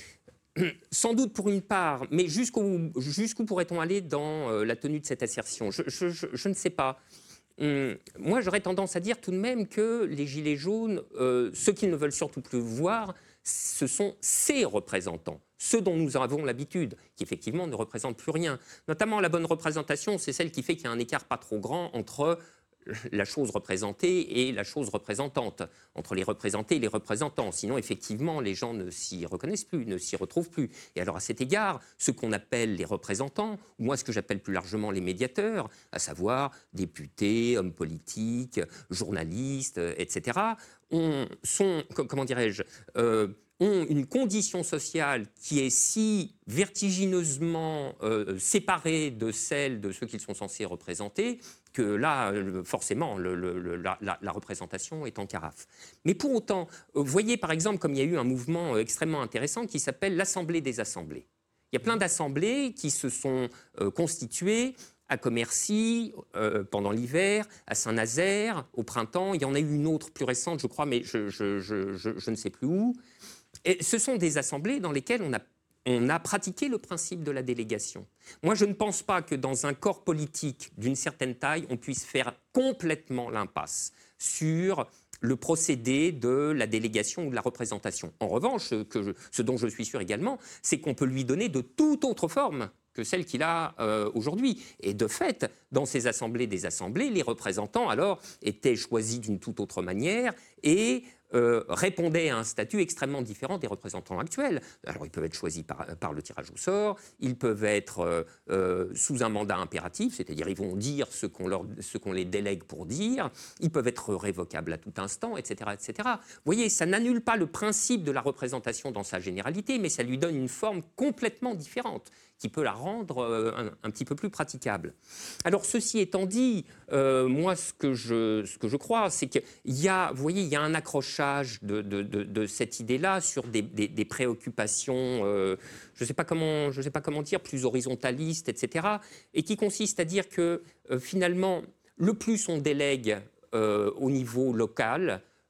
Sans doute pour une part, mais jusqu'où, jusqu'où pourrait-on aller dans euh, la tenue de cette assertion ? je, je, je, je ne sais pas. Hum, moi, j'aurais tendance à dire tout de même que les Gilets jaunes, euh, ceux qu'ils ne veulent surtout plus voir, ce sont ces représentants, ceux dont nous avons l'habitude, qui effectivement ne représentent plus rien. Notamment la bonne représentation, c'est celle qui fait qu'il y a un écart pas trop grand entre la chose représentée et la chose représentante, entre les représentés et les représentants. Sinon, effectivement, les gens ne s'y reconnaissent plus, ne s'y retrouvent plus. Et alors, à cet égard, ce qu'on appelle les représentants, ou moi, ce que j'appelle plus largement les médiateurs, à savoir députés, hommes politiques, journalistes, et cetera, on, sont, comment dirais-je, euh, ont une condition sociale qui est si vertigineusement euh, séparée de celle de ceux qu'ils sont censés représenter, que là, forcément, le, le, la, la, la représentation est en carafe. Mais pour autant, vous voyez par exemple comme il y a eu un mouvement extrêmement intéressant qui s'appelle l'Assemblée des assemblées. Il y a plein d'assemblées qui se sont euh, constituées à Commercy, euh, pendant l'hiver, à Saint-Nazaire, au printemps. Il y en a eu une autre plus récente, je crois, mais je, je, je, je, je ne sais plus où. Et ce sont des assemblées dans lesquelles on a On a pratiqué le principe de la délégation. Moi, je ne pense pas que dans un corps politique d'une certaine taille, on puisse faire complètement l'impasse sur le procédé de la délégation ou de la représentation. En revanche, ce, que je, ce dont je suis sûr également, c'est qu'on peut lui donner de toute autre forme que celle qu'il a euh, aujourd'hui. Et de fait, dans ces assemblées des assemblées, les représentants, alors, étaient choisis d'une toute autre manière et Euh, répondaient à un statut extrêmement différent des représentants actuels. Alors, ils peuvent être choisis par, par le tirage au sort, ils peuvent être euh, euh, sous un mandat impératif, c'est-à-dire ils vont dire ce qu'on, leur, ce qu'on les délègue pour dire, ils peuvent être révocables à tout instant, et cetera, et cetera. Vous voyez, ça n'annule pas le principe de la représentation dans sa généralité, mais ça lui donne une forme complètement différente, qui peut la rendre euh, un, un petit peu plus praticable. Alors, ceci étant dit, euh, moi, ce que je, ce que je crois, c'est qu'il y a, vous voyez, il y a un accrochage de, de, de, de cette idée-là sur des, des, des préoccupations, euh, je ne sais pas comment, je sais pas comment dire, plus horizontalistes, et cetera, et qui consiste à dire que, euh, finalement, le plus on délègue euh, au niveau local,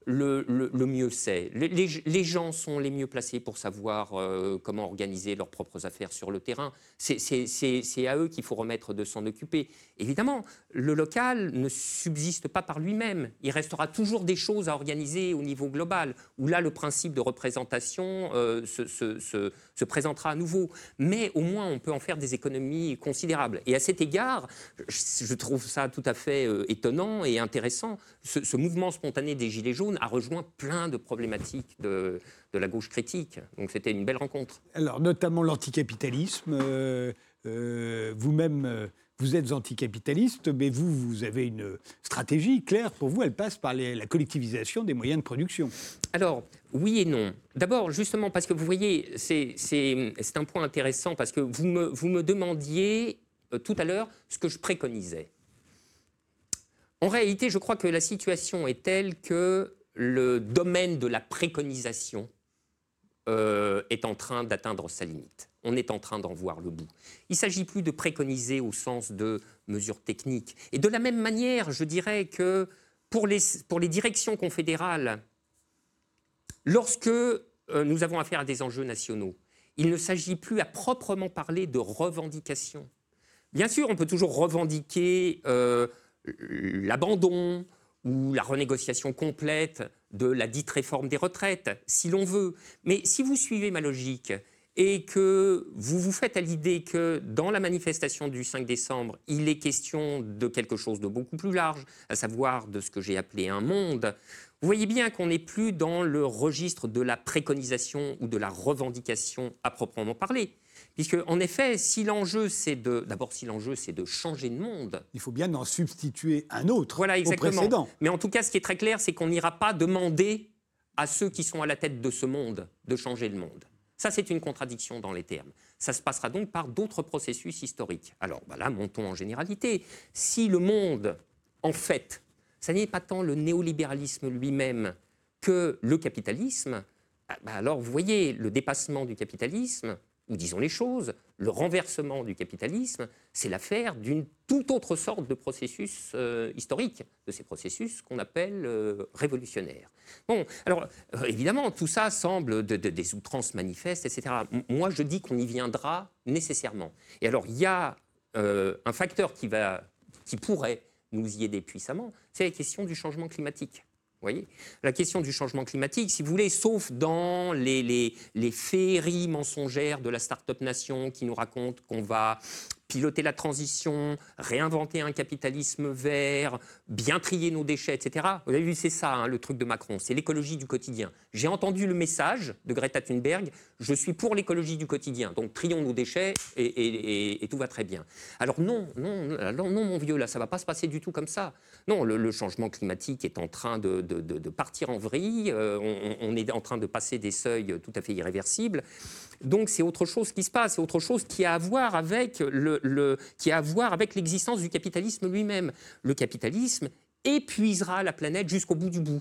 le, le, le mieux c'est. Les, les, les gens sont les mieux placés pour savoir euh, comment organiser leurs propres affaires sur le terrain. C'est, c'est, c'est, c'est à eux qu'il faut remettre de s'en occuper. Évidemment, le local ne subsiste pas par lui-même. Il restera toujours des choses à organiser au niveau global, où là, le principe de représentation euh, se, se, se, se présentera à nouveau. Mais au moins, on peut en faire des économies considérables. Et à cet égard, je, je trouve ça tout à fait euh, étonnant et intéressant. Ce, ce mouvement spontané des Gilets jaunes a rejoint plein de problématiques de, de la gauche critique. Donc c'était une belle rencontre.
Alors, notamment l'anticapitalisme. Euh, euh, vous-même, euh, vous êtes anticapitaliste, mais vous, vous avez une stratégie claire. Pour vous, elle passe par les, la collectivisation des moyens de production.
Alors, oui et non. D'abord, justement, parce que vous voyez, c'est, c'est, c'est un point intéressant, parce que vous me, vous me demandiez euh, tout à l'heure ce que je préconisais. En réalité, je crois que la situation est telle que le domaine de la préconisation euh, est en train d'atteindre sa limite. On est en train d'en voir le bout. Il ne s'agit plus de préconiser au sens de mesures techniques. Et de la même manière, je dirais que pour les, pour les directions confédérales, lorsque euh, nous avons affaire à des enjeux nationaux, il ne s'agit plus à proprement parler de revendications. Bien sûr, on peut toujours revendiquer euh, l'abandon ou la renégociation complète de la dite réforme des retraites, si l'on veut. Mais si vous suivez ma logique et que vous vous faites à l'idée que dans la manifestation du cinq décembre, il est question de quelque chose de beaucoup plus large, à savoir de ce que j'ai appelé un monde, vous voyez bien qu'on n'est plus dans le registre de la préconisation ou de la revendication à proprement parler. Puisque, en effet, si l'enjeu, c'est de... D'abord, si l'enjeu, c'est de changer de monde...
Il faut bien en substituer un autre
voilà, exactement.
au précédent.
Mais en tout cas, ce qui est très clair, c'est qu'on n'ira pas demander à ceux qui sont à la tête de ce monde de changer le monde. Ça, c'est une contradiction dans les termes. Ça se passera donc par d'autres processus historiques. Alors, bah là, montons en généralité. Si le monde, en fait, ça n'est pas tant le néolibéralisme lui-même que le capitalisme, bah alors, vous voyez, le dépassement du capitalisme... ou disons les choses, le renversement du capitalisme, c'est l'affaire d'une toute autre sorte de processus euh, historique, de ces processus qu'on appelle euh, révolutionnaires. Bon, alors, euh, évidemment, tout ça semble de, de, des outrances manifestes, et cetera. M- moi, je dis qu'on y viendra nécessairement. Et alors, il y a euh, un facteur qui, va, qui pourrait nous y aider puissamment, c'est la question du changement climatique. Vous voyez, la question du changement climatique, si vous voulez, sauf dans les, les, les féeries mensongères de la start-up nation qui nous racontent qu'on va piloter la transition, réinventer un capitalisme vert, bien trier nos déchets, et cetera. Vous avez vu, c'est ça, hein, le truc de Macron, c'est l'écologie du quotidien. J'ai entendu le message de Greta Thunberg, je suis pour l'écologie du quotidien, donc trions nos déchets et, et, et, et tout va très bien. Alors non, non, non, non, mon vieux, là, ça ne va pas se passer du tout comme ça. Non, le, le changement climatique est en train de, de, de, de partir en vrille, euh, on, on est en train de passer des seuils tout à fait irréversibles. Donc c'est autre chose qui se passe, c'est autre chose qui a à voir avec le, le, qui a à voir avec l'existence du capitalisme lui-même. Le capitalisme épuisera la planète jusqu'au bout du bout.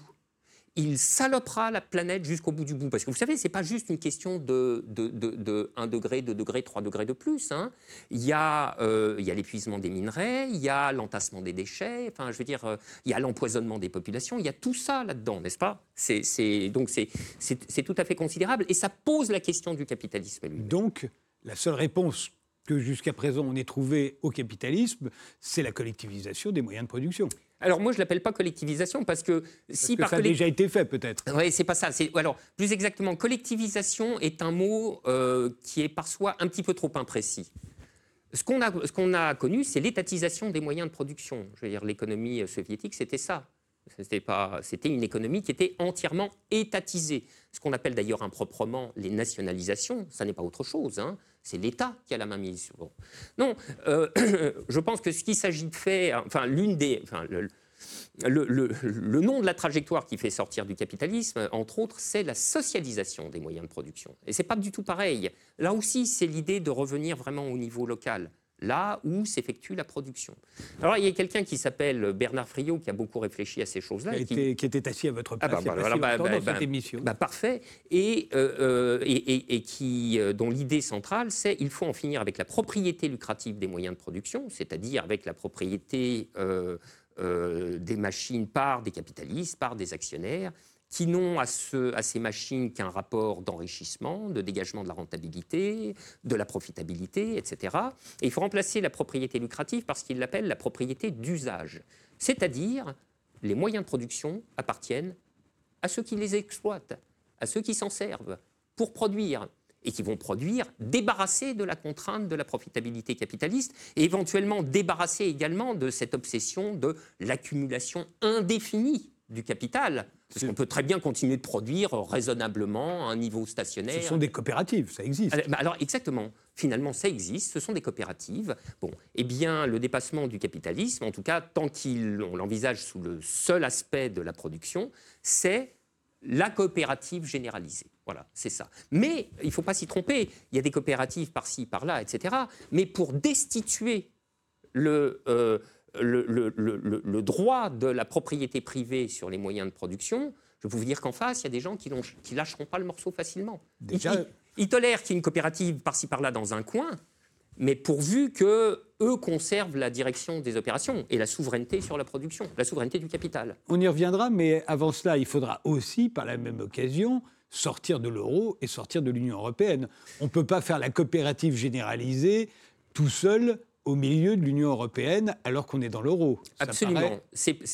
Il salopera la planète jusqu'au bout du bout. Parce que vous savez, ce n'est pas juste une question de, de, de, de un degré, deux degrés, trois degrés de plus. Hein. Il y a, euh, il y a l'épuisement des minerais, il y a l'entassement des déchets, enfin, je veux dire, euh, il y a l'empoisonnement des populations, il y a tout ça là-dedans, n'est-ce pas ? c'est, c'est, Donc c'est, c'est, c'est tout à fait considérable et ça pose la question du capitalisme lui-même.
Donc, la seule réponse que jusqu'à présent on ait trouvée au capitalisme, c'est la collectivisation des moyens de production.
Alors moi, je ne l'appelle pas collectivisation parce que... si
parce que
par
ça
collect...
a déjà été fait, peut-être.
Oui, c'est pas ça. C'est... Alors, plus exactement, collectivisation est un mot euh, qui est par soi un petit peu trop imprécis. Ce qu'on a, ce qu'on a connu, c'est l'étatisation des moyens de production. Je veux dire, l'économie soviétique, c'était ça. C'était, pas, c'était une économie qui était entièrement étatisée. Ce qu'on appelle d'ailleurs improprement les nationalisations, ça n'est pas autre chose, hein. C'est l'État qui a la main mise sur. Bon. Non, euh, je pense que ce qu'il s'agit de faire, enfin, l'une des, enfin, le, le, le, le nom de la trajectoire qui fait sortir du capitalisme, entre autres, c'est la socialisation des moyens de production. Et c'est pas du tout pareil. Là aussi, c'est l'idée de revenir vraiment au niveau local, là où s'effectue la production. Alors, il y a quelqu'un qui s'appelle Bernard Friot qui a beaucoup réfléchi à ces choses-là.
Qui, a
qui...
été, qui était assis à votre place
ah bah,
il y a
bah,
pas si
bah,
longtemps
bah,
dans
bah,
cette émission.
Bah, parfait. Et, euh, et, et, et qui, euh, dont l'idée centrale, c'est qu'il faut en finir avec la propriété lucrative des moyens de production, c'est-à-dire avec la propriété euh, euh, des machines par des capitalistes, par des actionnaires, qui n'ont à, ce, à ces machines qu'un rapport d'enrichissement, de dégagement de la rentabilité, de la profitabilité, et cetera. Et il faut remplacer la propriété lucrative par ce qu'il appelle la propriété d'usage. C'est-à-dire, les moyens de production appartiennent à ceux qui les exploitent, à ceux qui s'en servent pour produire, et qui vont produire débarrassés de la contrainte de la profitabilité capitaliste et éventuellement débarrassés également de cette obsession de l'accumulation indéfinie du capital. Parce qu'on peut très bien continuer de produire raisonnablement à un niveau stationnaire.
Ce sont des coopératives, ça existe.
Alors, alors exactement, finalement ça existe, ce sont des coopératives. Bon, eh bien le dépassement du capitalisme, en tout cas tant qu'on l'envisage sous le seul aspect de la production, c'est la coopérative généralisée. Voilà, c'est ça. Mais il ne faut pas s'y tromper, il y a des coopératives par-ci, par-là, et cetera. Mais pour destituer le, euh, le, le, le, le droit de la propriété privée sur les moyens de production, je peux vous dire qu'en face, il y a des gens qui ne lâcheront pas le morceau facilement. Déjà... Ils, ils, ils tolèrent qu'il y ait une coopérative par-ci, par-là dans un coin, mais pourvu qu'eux conservent la direction des opérations et la souveraineté sur la production, la souveraineté du capital.
On y reviendra, mais avant cela, il faudra aussi, par la même occasion, sortir de l'euro et sortir de l'Union européenne. On ne peut pas faire la coopérative généralisée tout seul au milieu de l'Union européenne alors qu'on est dans l'euro.
Absolument, paraît...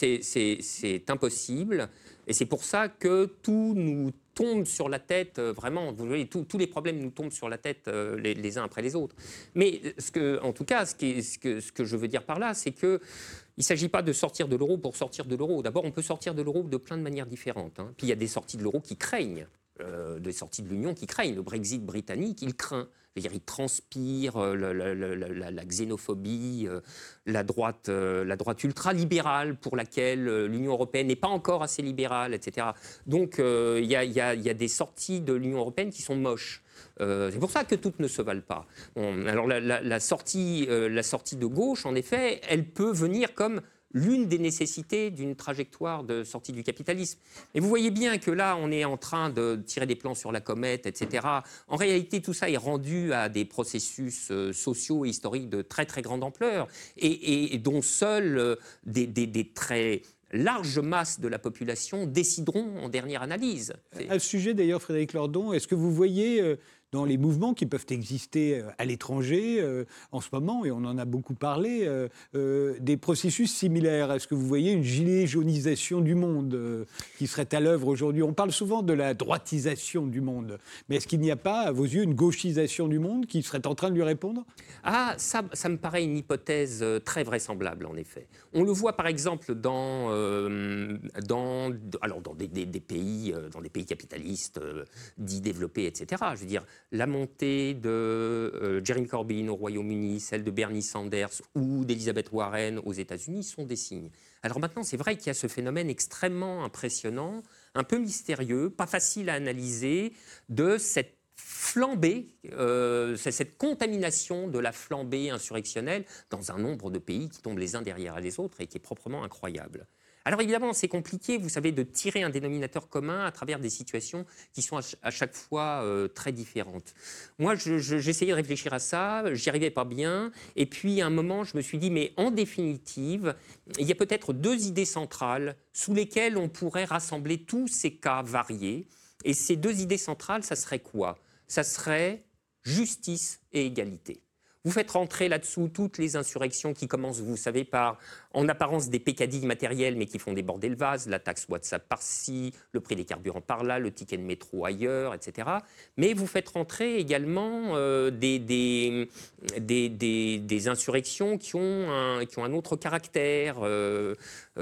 c'est impossible. Et c'est pour ça que tout nous tombe sur la tête, euh, vraiment, vous voyez, tout, tous les problèmes nous tombent sur la tête euh, les, les uns après les autres. Mais ce que, en tout cas, ce, qui est, ce, que, ce que je veux dire par là, c'est qu'il ne s'agit pas de sortir de l'euro pour sortir de l'euro. D'abord, on peut sortir de l'euro de plein de manières différentes. Hein. Puis il y a des sorties de l'euro qui craignent, euh, des sorties de l'Union qui craignent. Le Brexit britannique, il craint. C'est-à-dire, il transpire euh, la, la, la, la, la xénophobie, euh, la droite, euh, la droite ultra-libérale pour laquelle euh, l'Union européenne n'est pas encore assez libérale, et cetera. Donc, il euh, y, y, y a des sorties de l'Union européenne qui sont moches. Euh, c'est pour ça que toutes ne se valent pas. Bon, alors, la, la, la, sortie, euh, la sortie de gauche, en effet, elle peut venir comme l'une des nécessités d'une trajectoire de sortie du capitalisme. Et vous voyez bien que là, on est en train de tirer des plans sur la comète, et cetera. En réalité, tout ça est rendu à des processus euh, sociaux et historiques de très, très grande ampleur et, et, et dont seuls euh, des, des, des très larges masses de la population décideront en dernière analyse.
À ce sujet, d'ailleurs, Frédéric Lordon, est-ce que vous voyez... Euh, dans les mouvements qui peuvent exister à l'étranger euh, en ce moment, et on en a beaucoup parlé, euh, euh, des processus similaires. Est-ce que vous voyez une gilet jaunisation du monde euh, qui serait à l'œuvre aujourd'hui? On parle souvent de la droitisation du monde, mais est-ce qu'il n'y a pas, à vos yeux, une gauchisation du monde qui serait en train de lui répondre?
Ah, ça, ça me paraît une hypothèse très vraisemblable, en effet. On le voit, par exemple, dans, euh, dans, alors dans des, des, des pays, dans des pays capitalistes euh, dits développés, et cetera. Je veux dire, la montée de euh, Jeremy Corbyn au Royaume-Uni, celle de Bernie Sanders ou d'Elizabeth Warren aux États-Unis sont des signes. Alors maintenant, c'est vrai qu'il y a ce phénomène extrêmement impressionnant, un peu mystérieux, pas facile à analyser, de cette flambée, euh, cette contamination de la flambée insurrectionnelle dans un nombre de pays qui tombent les uns derrière les autres et qui est proprement incroyable. Alors évidemment, c'est compliqué, vous savez, de tirer un dénominateur commun à travers des situations qui sont à chaque fois euh, très différentes. Moi, j'essayais de réfléchir à ça, j'y arrivais pas bien, et puis à un moment, je me suis dit, mais en définitive, il y a peut-être deux idées centrales sous lesquelles on pourrait rassembler tous ces cas variés, et ces deux idées centrales, ça serait quoi? Ça serait justice et égalité. Vous faites rentrer là-dessous toutes les insurrections qui commencent, vous savez, par, en apparence, des pécadilles matérielles, mais qui font déborder le vase, la taxe WhatsApp par-ci, le prix des carburants par-là, le ticket de métro ailleurs, et cetera. Mais vous faites rentrer également euh, des, des, des, des, des insurrections qui ont un, qui ont un autre caractère, euh,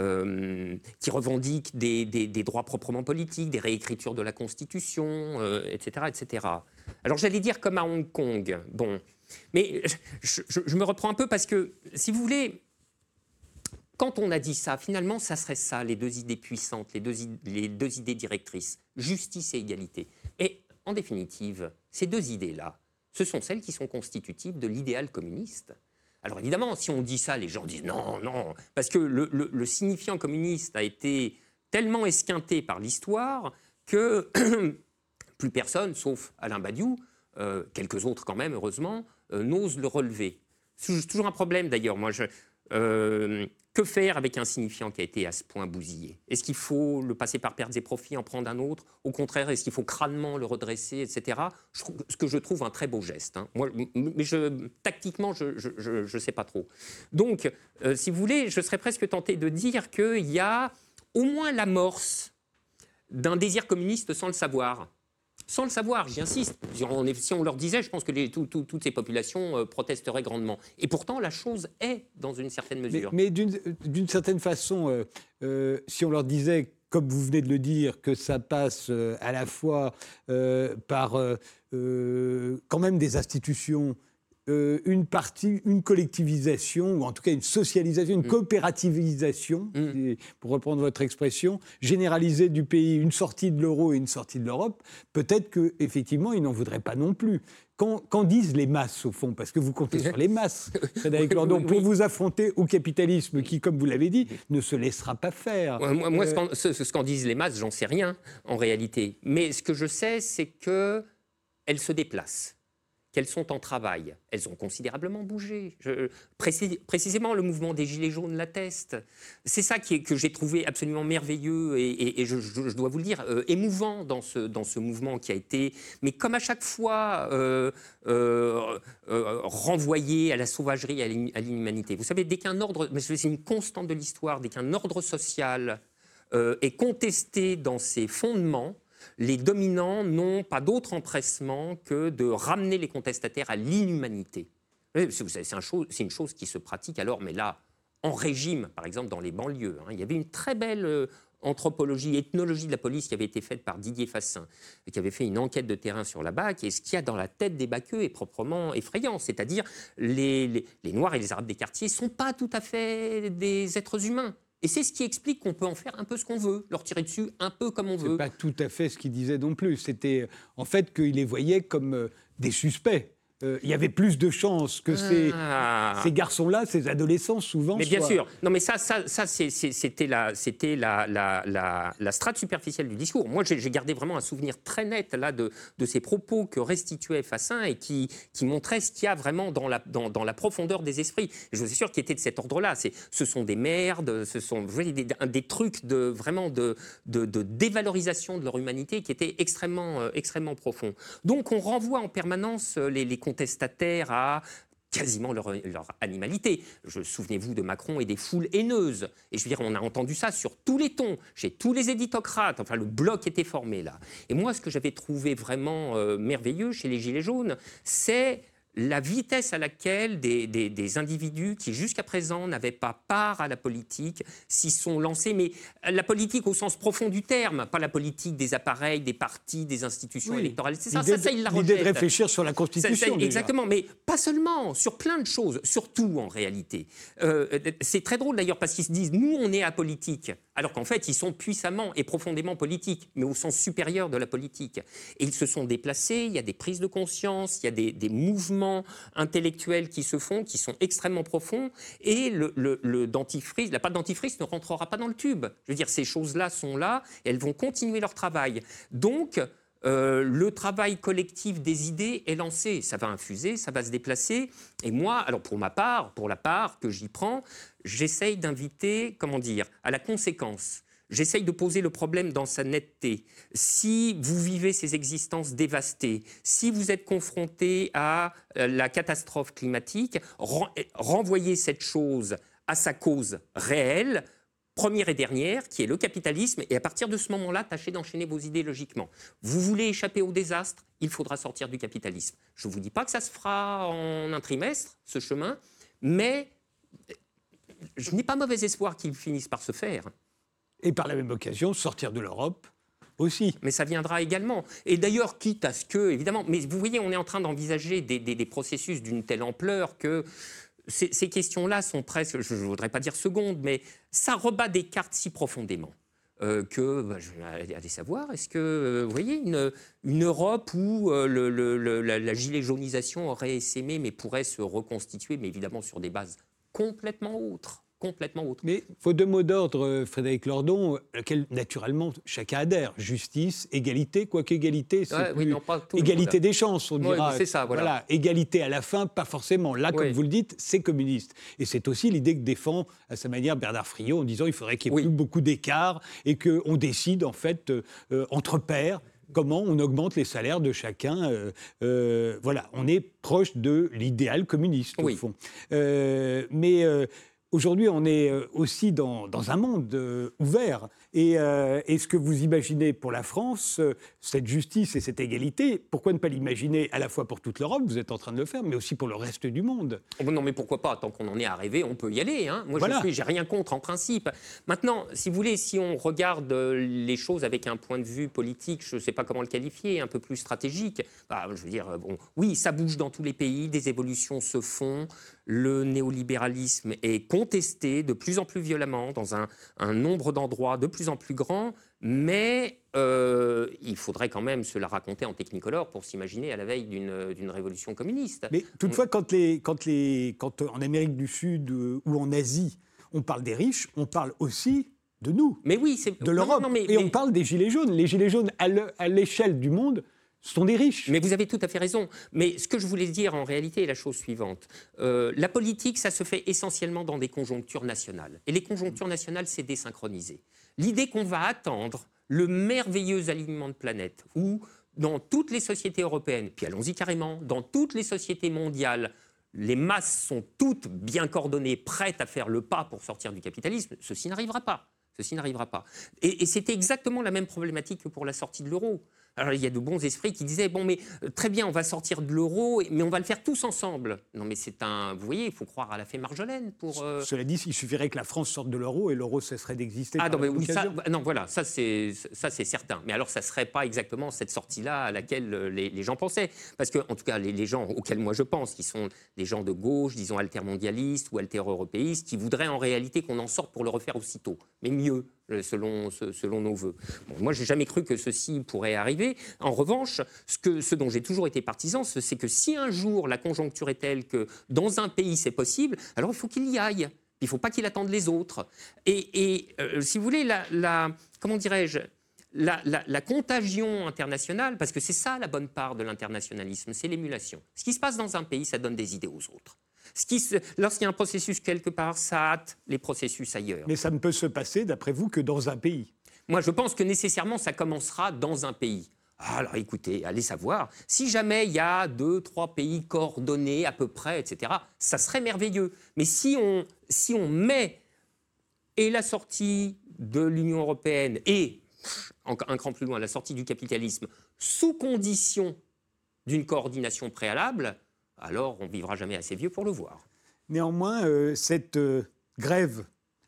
euh, qui revendiquent des, des, des droits proprement politiques, des réécritures de la Constitution, euh, et cetera, et cetera. Alors j'allais dire comme à Hong Kong, bon... Mais je, je, je me reprends un peu parce que, si vous voulez, quand on a dit ça, finalement, ça serait ça, les deux idées puissantes, les deux, les deux idées directrices, justice et égalité. Et en définitive, ces deux idées-là, ce sont celles qui sont constitutives de l'idéal communiste. Alors évidemment, si on dit ça, les gens disent non, non, parce que le, le, le signifiant communiste a été tellement esquinté par l'histoire que plus personne, sauf Alain Badiou, euh, quelques autres quand même, heureusement, Euh, n'ose le relever. C'est toujours un problème d'ailleurs. Moi, je, euh, Que faire avec un signifiant qui a été à ce point bousillé? Est-ce qu'il faut le passer par pertes et profits, en prendre un autre? Au contraire, est-ce qu'il faut crânement le redresser, et cetera. Je trouve, ce que je trouve un très beau geste. Hein. Moi, mais je, tactiquement, je ne sais pas trop. Donc, euh, si vous voulez, je serais presque tenté de dire qu'il y a au moins l'amorce d'un désir communiste sans le savoir. Sans le savoir, j'y insiste. Si on, si on leur disait, je pense que les, tout, tout, toutes ces populations euh, protesteraient grandement. Et pourtant, la chose est dans une certaine mesure.
Mais, mais d'une, d'une certaine façon, euh, euh, si on leur disait, comme vous venez de le dire, que ça passe euh, à la fois euh, par euh, euh, quand même des institutions, Euh, une partie, une collectivisation, ou en tout cas une socialisation, une mmh. coopérativisation, mmh. pour reprendre votre expression, généralisée du pays, une sortie de l'euro et une sortie de l'Europe, peut-être qu'effectivement, ils n'en voudraient pas non plus. Qu'en, qu'en disent les masses, au fond? Parce que vous comptez sur les masses, Frédéric Lordon, pour vous affronter au capitalisme qui, comme vous l'avez dit, ne se laissera pas faire.
Ouais, moi, moi euh... ce, qu'en, ce, ce qu'en disent les masses, j'en sais rien, en réalité. Mais ce que je sais, c'est qu'elles se déplacent. Qu'elles sont en travail. Elles ont considérablement bougé. Je, précis, précisément, le mouvement des Gilets jaunes l'atteste. C'est ça qui est, que j'ai trouvé absolument merveilleux et, et, et je, je, je dois vous le dire, euh, émouvant dans ce, dans ce mouvement qui a été, mais comme à chaque fois, euh, euh, euh, renvoyé à la sauvagerie, à l'inhumanité. Vous savez, dès qu'un ordre, mais c'est une constante de l'histoire, dès qu'un ordre social euh, est contesté dans ses fondements, les dominants n'ont pas d'autre empressement que de ramener les contestataires à l'inhumanité. C'est, un chose, c'est une chose qui se pratique alors, mais là, en régime, par exemple, dans les banlieues. Hein. Il y avait une très belle euh, anthropologie, ethnologie de la police qui avait été faite par Didier Fassin, qui avait fait une enquête de terrain sur la B A C, et ce qu'il y a dans la tête des Baqueux est proprement effrayant. C'est-à-dire, les, les, les Noirs et les Arabes des quartiers ne sont pas tout à fait des êtres humains. Et c'est ce qui explique qu'on peut en faire un peu ce qu'on veut, leur tirer dessus un peu comme on veut.
C'est pas tout à fait ce qu'il disait non plus. C'était en fait qu'il les voyait comme euh, des suspects. Euh, il y avait plus de chances que ces, ah. ces garçons-là, ces adolescents, souvent.
Mais bien
soient...
sûr. Non, mais ça, ça, ça c'est, c'est, c'était, la, c'était la, la, la, la strate superficielle du discours. Moi, j'ai, j'ai gardé vraiment un souvenir très net là, de, de ces propos que restituait Fassin et qui, qui montraient ce qu'il y a vraiment dans la, dans, dans la profondeur des esprits. Et je suis sûr qu'il était de cet ordre-là. C'est, ce sont des merdes, ce sont vous voyez, des, des trucs de, vraiment de, de, de dévalorisation de leur humanité qui étaient extrêmement, euh, extrêmement profonds. Donc, on renvoie en permanence les, les contestataires à quasiment leur, leur animalité. Je, souvenez-vous de Macron et des foules haineuses. Et je veux dire, on a entendu ça sur tous les tons, chez tous les éditocrates. Enfin, le bloc était formé là. Et moi, ce que j'avais trouvé vraiment euh, merveilleux chez les Gilets jaunes, c'est la vitesse à laquelle des, des, des individus qui, jusqu'à présent, n'avaient pas part à la politique, s'y sont lancés. Mais la politique au sens profond du terme, pas la politique des appareils, des partis, des institutions oui. électorales. C'est ça, ça, ça, ils la rejettent.
L'idée de réfléchir sur la Constitution, ça, ça,
exactement, mais pas seulement, sur plein de choses, surtout en réalité. Euh, c'est très drôle d'ailleurs, parce qu'ils se disent, nous, on est apolitique, alors qu'en fait, ils sont puissamment et profondément politiques, mais au sens supérieur de la politique. Et ils se sont déplacés, il y a des prises de conscience, il y a des, des mouvements intellectuels qui se font, qui sont extrêmement profonds, et le, le, le dentifrice, la pâte dentifrice ne rentrera pas dans le tube. Je veux dire, ces choses-là sont là, et elles vont continuer leur travail. Donc, euh, le travail collectif des idées est lancé. Ça va infuser, ça va se déplacer. Et moi, alors pour ma part, pour la part que j'y prends, j'essaye d'inviter, comment dire, à la conséquence. J'essaye de poser le problème dans sa netteté. Si vous vivez ces existences dévastées, si vous êtes confronté à la catastrophe climatique, ren- renvoyez cette chose à sa cause réelle, première et dernière, qui est le capitalisme, et à partir de ce moment-là, tâchez d'enchaîner vos idées logiquement. Vous voulez échapper au désastre, il faudra sortir du capitalisme. Je ne vous dis pas que ça se fera en un trimestre, ce chemin, mais je n'ai pas mauvais espoir qu'il finisse par se faire.
Et par la même occasion, sortir de l'Europe aussi.
Mais ça viendra également. Et d'ailleurs, quitte à ce que, évidemment, mais vous voyez, on est en train d'envisager des, des, des processus d'une telle ampleur que ces, ces questions-là sont presque, je ne voudrais pas dire secondes, mais ça rebat des cartes si profondément. Euh, que, bah, je vais aller savoir, est-ce que, euh, vous voyez, une, une Europe où euh, le, le, le, la, la gilet jaunisation aurait essaimé, mais pourrait se reconstituer, mais évidemment sur des bases complètement autres. complètement autre.
Mais il faut deux mots d'ordre, Frédéric Lordon, auxquels naturellement chacun adhère. Justice, égalité, quoique égalité, c'est
ouais,
plus...
oui, non, pas tout
égalité des chances, on
ouais,
dira.
c'est ça, voilà.
voilà. Égalité à la fin, pas forcément. Là, comme
oui.
vous le dites, c'est communiste. Et c'est aussi l'idée que défend à sa manière Bernard Friot en disant qu'il faudrait qu'il n'y ait oui. plus beaucoup d'écart et qu'on décide en fait euh, entre pairs comment on augmente les salaires de chacun. Euh, euh, voilà, on est proche de l'idéal communiste,
oui.
au fond. Euh, mais... Euh, Aujourd'hui, on est aussi dans, dans un monde euh, ouvert. Et euh, est-ce que vous imaginez pour la France euh, cette justice et cette égalité? Pourquoi ne pas l'imaginer à la fois pour toute l'Europe, vous êtes en train de le faire, mais aussi pour le reste du monde?
Oh non, mais pourquoi pas? Tant qu'on en est arrivé, on peut y aller. Hein. Moi,
voilà.
je suis, j'ai rien contre en principe. Maintenant, si vous voulez, si on regarde les choses avec un point de vue politique, je ne sais pas comment le qualifier, un peu plus stratégique, bah, je veux dire, bon, oui, ça bouge dans tous les pays, des évolutions se font. Le néolibéralisme est contesté de plus en plus violemment dans un, un nombre d'endroits de plus en plus grand, mais euh, il faudrait quand même se la raconter en technicolor pour s'imaginer à la veille d'une, d'une révolution communiste.
Mais toutefois, on... quand, les, quand, les, quand en Amérique du Sud ou en Asie, on parle des riches, on parle aussi de nous,
mais oui, c'est...
de l'Europe, non, non, mais, et mais... on parle des Gilets jaunes. Les Gilets jaunes, à, le, à l'échelle du monde, ce sont des riches.
Mais vous avez tout à fait raison. Mais ce que je voulais dire en réalité est la chose suivante. Euh, la politique, ça se fait essentiellement dans des conjonctures nationales. Et les conjonctures nationales, c'est désynchronisé. L'idée qu'on va attendre le merveilleux alignement de planètes où, dans toutes les sociétés européennes, puis allons-y carrément, dans toutes les sociétés mondiales, les masses sont toutes bien coordonnées, prêtes à faire le pas pour sortir du capitalisme, ceci n'arrivera pas. Ceci n'arrivera pas. Et, et c'était exactement la même problématique que pour la sortie de l'euro. Alors, il y a de bons esprits qui disaient « Bon, mais euh, très bien, on va sortir de l'euro, mais on va le faire tous ensemble. » Non, mais c'est un... Vous voyez, il faut croire à la fée Marjolaine pour... Euh...
Cela dit, il suffirait que la France sorte de l'euro et l'euro cesserait d'exister.
Ah non, mais oui, ça, non, voilà, ça c'est, ça c'est certain. Mais alors, ça ne serait pas exactement cette sortie-là à laquelle les, les gens pensaient. Parce que, en tout cas, les, les gens auxquels moi je pense, qui sont des gens de gauche, disons altermondialistes ou alter-européistes, qui voudraient en réalité qu'on en sorte pour le refaire aussitôt. Mais mieux. Selon, selon nos voeux. Bon, moi, je n'ai jamais cru que ceci pourrait arriver. En revanche, ce, que, ce dont j'ai toujours été partisan, c'est que si un jour la conjoncture est telle que dans un pays c'est possible, alors il faut qu'il y aille. Il ne faut pas qu'il attende les autres. Et, et euh, si vous voulez, la, la, comment dirais-je, la, la, la contagion internationale, parce que c'est ça la bonne part de l'internationalisme, c'est l'émulation. Ce qui se passe dans un pays, ça donne des idées aux autres. Ce qui se, lorsqu'il y a un processus quelque part, ça hâte les processus ailleurs.
Mais ça ne peut se passer, d'après vous, que dans un pays.
Moi, je pense que nécessairement, ça commencera dans un pays. Alors, écoutez, allez savoir. Si jamais il y a deux, trois pays coordonnés à peu près, et cetera, ça serait merveilleux. Mais si on, si on met et la sortie de l'Union européenne et, encore un cran plus loin, la sortie du capitalisme, sous condition d'une coordination préalable, alors on ne vivra jamais assez vieux pour le voir.
Néanmoins, euh, cette euh, grève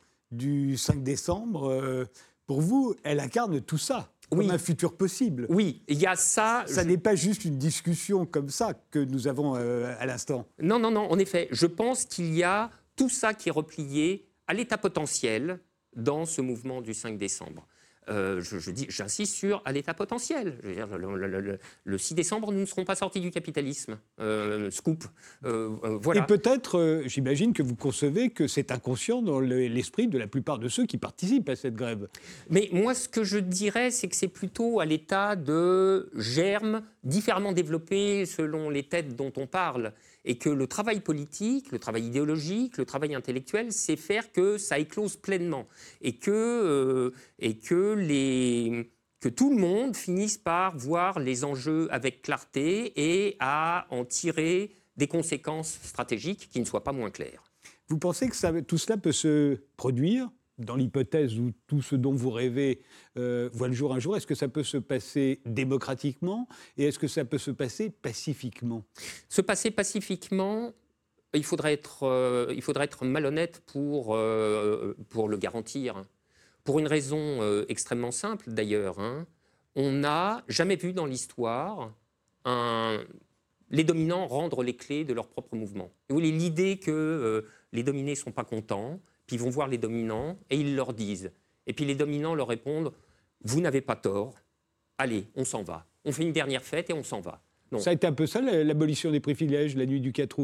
du cinq décembre, euh, pour vous, elle incarne tout ça, oui. Comme un futur possible.
Oui, il y a ça...
Ça je... n'est pas juste une discussion comme ça que nous avons euh, à l'instant.
Non, non, non, en effet. Je pense qu'il y a tout ça qui est replié à l'état potentiel dans ce mouvement du cinq décembre. Euh, je, je dis, j'insiste sur à l'état potentiel. Je veux dire, le, le, le, le six décembre, nous ne serons pas sortis du capitalisme. Euh, scoop. Euh, euh, voilà.
Et peut-être, euh, j'imagine que vous concevez que c'est inconscient dans le, l'esprit de la plupart de ceux qui participent à cette grève.
Mais moi, ce que je dirais, c'est que c'est plutôt à l'état de germe différemment développé selon les têtes dont on parle. Et que le travail politique, le travail idéologique, le travail intellectuel, c'est faire que ça éclose pleinement. Et que, euh, et que, les, que tout le monde finisse par voir les enjeux avec clarté et à en tirer des conséquences stratégiques qui ne soient pas moins claires.
Vous pensez que ça, tout cela peut se produire dans l'hypothèse où tout ce dont vous rêvez euh, voit le jour un jour? Est-ce que ça peut se passer démocratiquement et est-ce que ça peut se passer pacifiquement?
Se passer pacifiquement, il faudrait être, euh, il faudrait être malhonnête pour, euh, pour le garantir. Pour une raison euh, extrêmement simple d'ailleurs. Hein. On n'a jamais vu dans l'histoire un, les dominants rendre les clés de leur propre mouvement. Et vous voyez, l'idée que euh, les dominés ne sont pas contents, puis ils vont voir les dominants et ils leur disent. Et puis les dominants leur répondent « Vous n'avez pas tort, allez, on s'en va. On fait une dernière fête et on s'en va. »
Ça a été un peu ça, l'abolition des privilèges, la nuit du quatre août.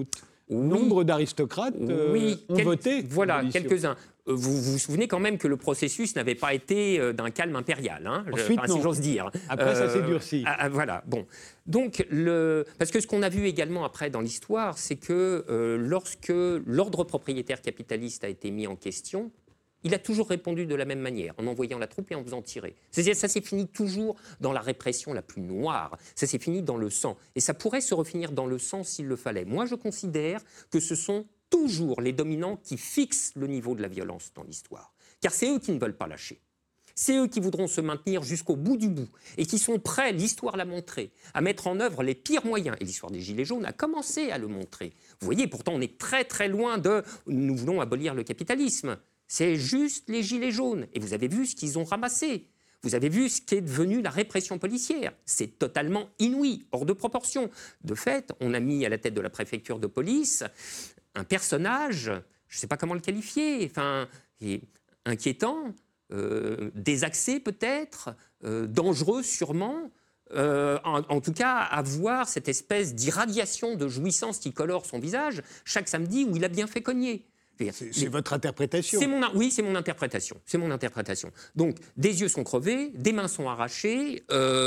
Oui.
Nombre d'aristocrates euh,
oui,
ont
quel-
voté.
Voilà,
l'abolition.
quelques-uns. Euh, Vous vous souvenez quand même que le processus n'avait pas été euh, d'un calme impérial, hein, je-
Ensuite,
enfin, si
non.
j'ose dire.
Après, ça s'est durci.
ah, ah, voilà, bon. Donc, le... parce que ce qu'on a vu également après dans l'histoire, c'est que euh, lorsque l'ordre propriétaire capitaliste a été mis en question, il a toujours répondu de la même manière, en envoyant la troupe et en faisant tirer. C'est-à-dire, ça s'est fini toujours dans la répression la plus noire. Ça s'est fini dans le sang. Et ça pourrait se refinir dans le sang s'il le fallait. Moi, je considère que ce sont toujours les dominants qui fixent le niveau de la violence dans l'histoire. Car c'est eux qui ne veulent pas lâcher. C'est eux qui voudront se maintenir jusqu'au bout du bout et qui sont prêts, l'histoire l'a montré, à mettre en œuvre les pires moyens. Et l'histoire des Gilets jaunes a commencé à le montrer. Vous voyez, pourtant, on est très très loin de « nous voulons abolir le capitalisme ». C'est juste les Gilets jaunes. Et vous avez vu ce qu'ils ont ramassé. Vous avez vu ce qu'est devenu la répression policière. C'est totalement inouï, hors de proportion. De fait, on a mis à la tête de la préfecture de police un personnage, je ne sais pas comment le qualifier, enfin, et inquiétant, euh, désaxé peut-être, euh, dangereux sûrement, euh, en, en tout cas avoir cette espèce d'irradiation de jouissance qui colore son visage chaque samedi où il a bien fait cogner.
C'est, c'est votre interprétation.
C'est mon, oui, c'est mon interprétation. C'est mon interprétation. Donc, des yeux sont crevés, des mains sont arrachées.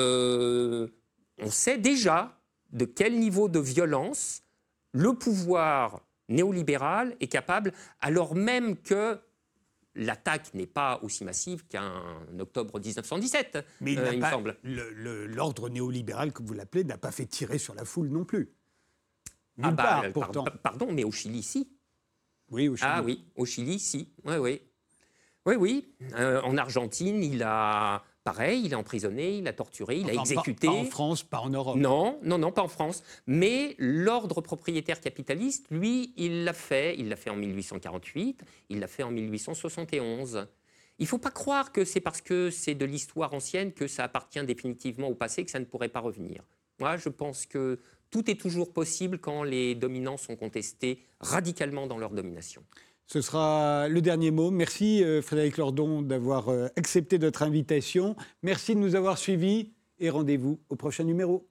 Euh, on sait déjà de quel niveau de violence le pouvoir néolibéral est capable, alors même que l'attaque n'est pas aussi massive qu'un octobre dix-neuf cent dix-sept,
Mais il
euh,
n'a
il me
pas-
semble.
le- le- l'ordre néolibéral, comme vous l'appelez, n'a pas fait tirer sur la foule non plus. Nulle
Ah bah,
part,
euh,
pourtant.
par- pardon, mais au Chili, si.
Oui, au Chili.
Ah oui, au Chili, si. Oui, oui. Oui, oui. Euh, en Argentine, il a... Pareil, il a emprisonné, il a torturé, il a
Enfin,
exécuté.
Pas, pas en France, pas en Europe.
Non, non, non, pas en France. Mais l'ordre propriétaire capitaliste, lui, il l'a fait. Il l'a fait en mille huit cent quarante-huit, il l'a fait en mille huit cent soixante et onze. Il ne faut pas croire que c'est parce que c'est de l'histoire ancienne que ça appartient définitivement au passé, que ça ne pourrait pas revenir. Moi, je pense que tout est toujours possible quand les dominants sont contestés radicalement dans leur domination.
Ce sera le dernier mot. Merci euh, Frédéric Lordon d'avoir euh, accepté notre invitation. Merci de nous avoir suivis et rendez-vous au prochain numéro.